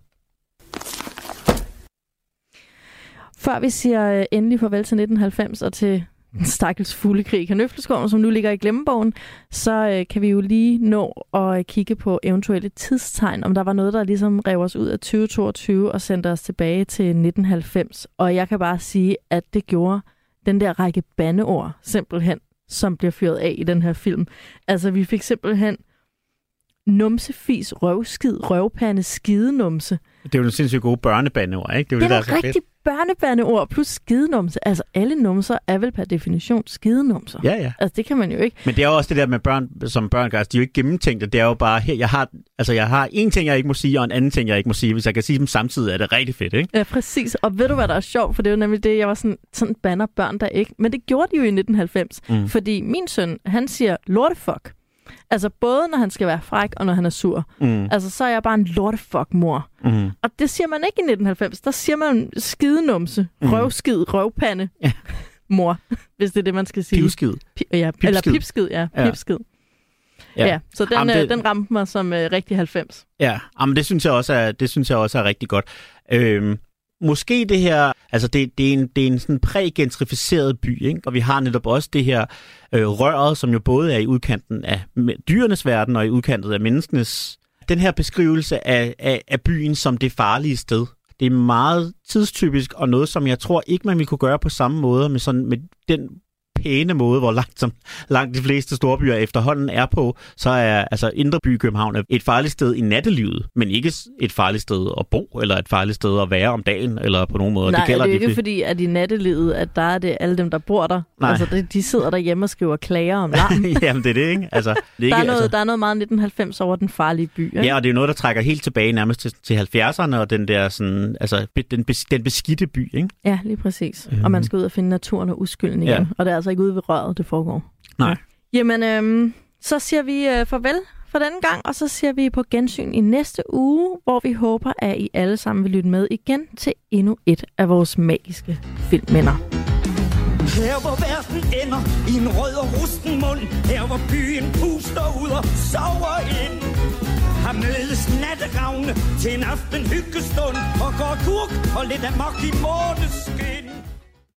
Før vi siger øh, endelig farvel til nitten halvfems og til den stakkels fuglekrig i Kanøffelskoven, som nu ligger i glemmebogen, så øh, kan vi jo lige nå at kigge på eventuelle tidstegn, om der var noget, der ligesom rev os ud af tyve toogtyve og sendte os tilbage til nitten halvfems. Og jeg kan bare sige, at det gjorde den der række bandeord simpelthen, som bliver fyret af i den her film. Altså, vi fik simpelthen numsefis, røvskid, røvpande, skidenumse. Det er jo en sindssygt gode børnebandeord, ikke? Det er jo det, det, det er rigtig børnebandeord plus skidenumse. Altså, alle numser er vel per definition skidenumser. Ja, ja. Altså, det kan man jo ikke. Men det er jo også det der med børn, som børn gør. Altså, de er jo ikke gennemtænkte. Det er jo bare, her, jeg har, altså, jeg har en ting, jeg ikke må sige, og en anden ting, jeg ikke må sige. Hvis jeg kan sige dem samtidig, er det rigtig fedt, ikke? Ja, præcis. Og ved du, hvad der er sjovt? For det er jo nemlig det, jeg var sådan, sådan banner børn, der ikke. Men det gjorde de jo i nitten halvfems. Mm. Fordi min søn, han siger lortefuck. Altså både når han skal være fræk og når han er sur. Mm. Altså så er jeg bare en lortefuck mor. Mm. Og det siger man ikke i nitten halvfems. Der siger man skidenumse, mm. røvskid, røvpande, ja. Mor, hvis det er det man skal sige. Pivskid. Pi- ja, pipskid. Eller pipskid, ja, ja. Pipskid. Ja. Ja, så den, Jamen, det... den ramte mig som uh, rigtig halvfems. Ja, men det synes jeg også er det synes jeg også er rigtig godt. Øhm, måske det her, altså det, det er en det er en sådan prægentrificeret by, ikke? Og vi har netop også det her øh, røret, som jo både er i udkanten af dyrenes verden og i udkanten af menneskenes. Den her beskrivelse af, af, af byen som det farlige sted. Det er meget tidstypisk og noget, som jeg tror ikke man ville kunne gøre på samme måde med sådan med den pæne måde, hvor langt, som, langt de fleste storbyer efterhånden er på, så er altså Indre By i København et farligt sted i nattelivet, men ikke et farligt sted at bo, eller et farligt sted at være om dagen, eller på nogen måde. Nej, det, gælder det er jo de ikke fordi, at i nattelivet, at der er det alle dem, der bor der. Nej. Altså, de, de sidder derhjemme og skriver klager om larm. Jamen, det er det, ikke? Altså, det er ikke der, er noget, altså... der er noget meget nitten halvfems over den farlige by. Ikke? Ja, og det er jo noget, der trækker helt tilbage nærmest til, til halvfjerdserne, og den der sådan, altså, den, bes, den beskidte by, ikke? Ja, lige præcis. Øhm. Og man skal ud og finde naturen og uskylden igen. Ja. Og det er altså ikke ude ved røret, det foregår. Nej. Ja. Jamen, øhm, så siger vi øh, farvel for denne gang, og så siger vi på gensyn i næste uge, hvor vi håber, at I alle sammen vil lytte med igen til endnu et af vores magiske filmminder. Her hvor verden ender i en rød og rusten mund, her hvor byen puster ud og sover ind, har mødes natteravne til en aften hyggestund og går kurk og lidt amok i måneskin.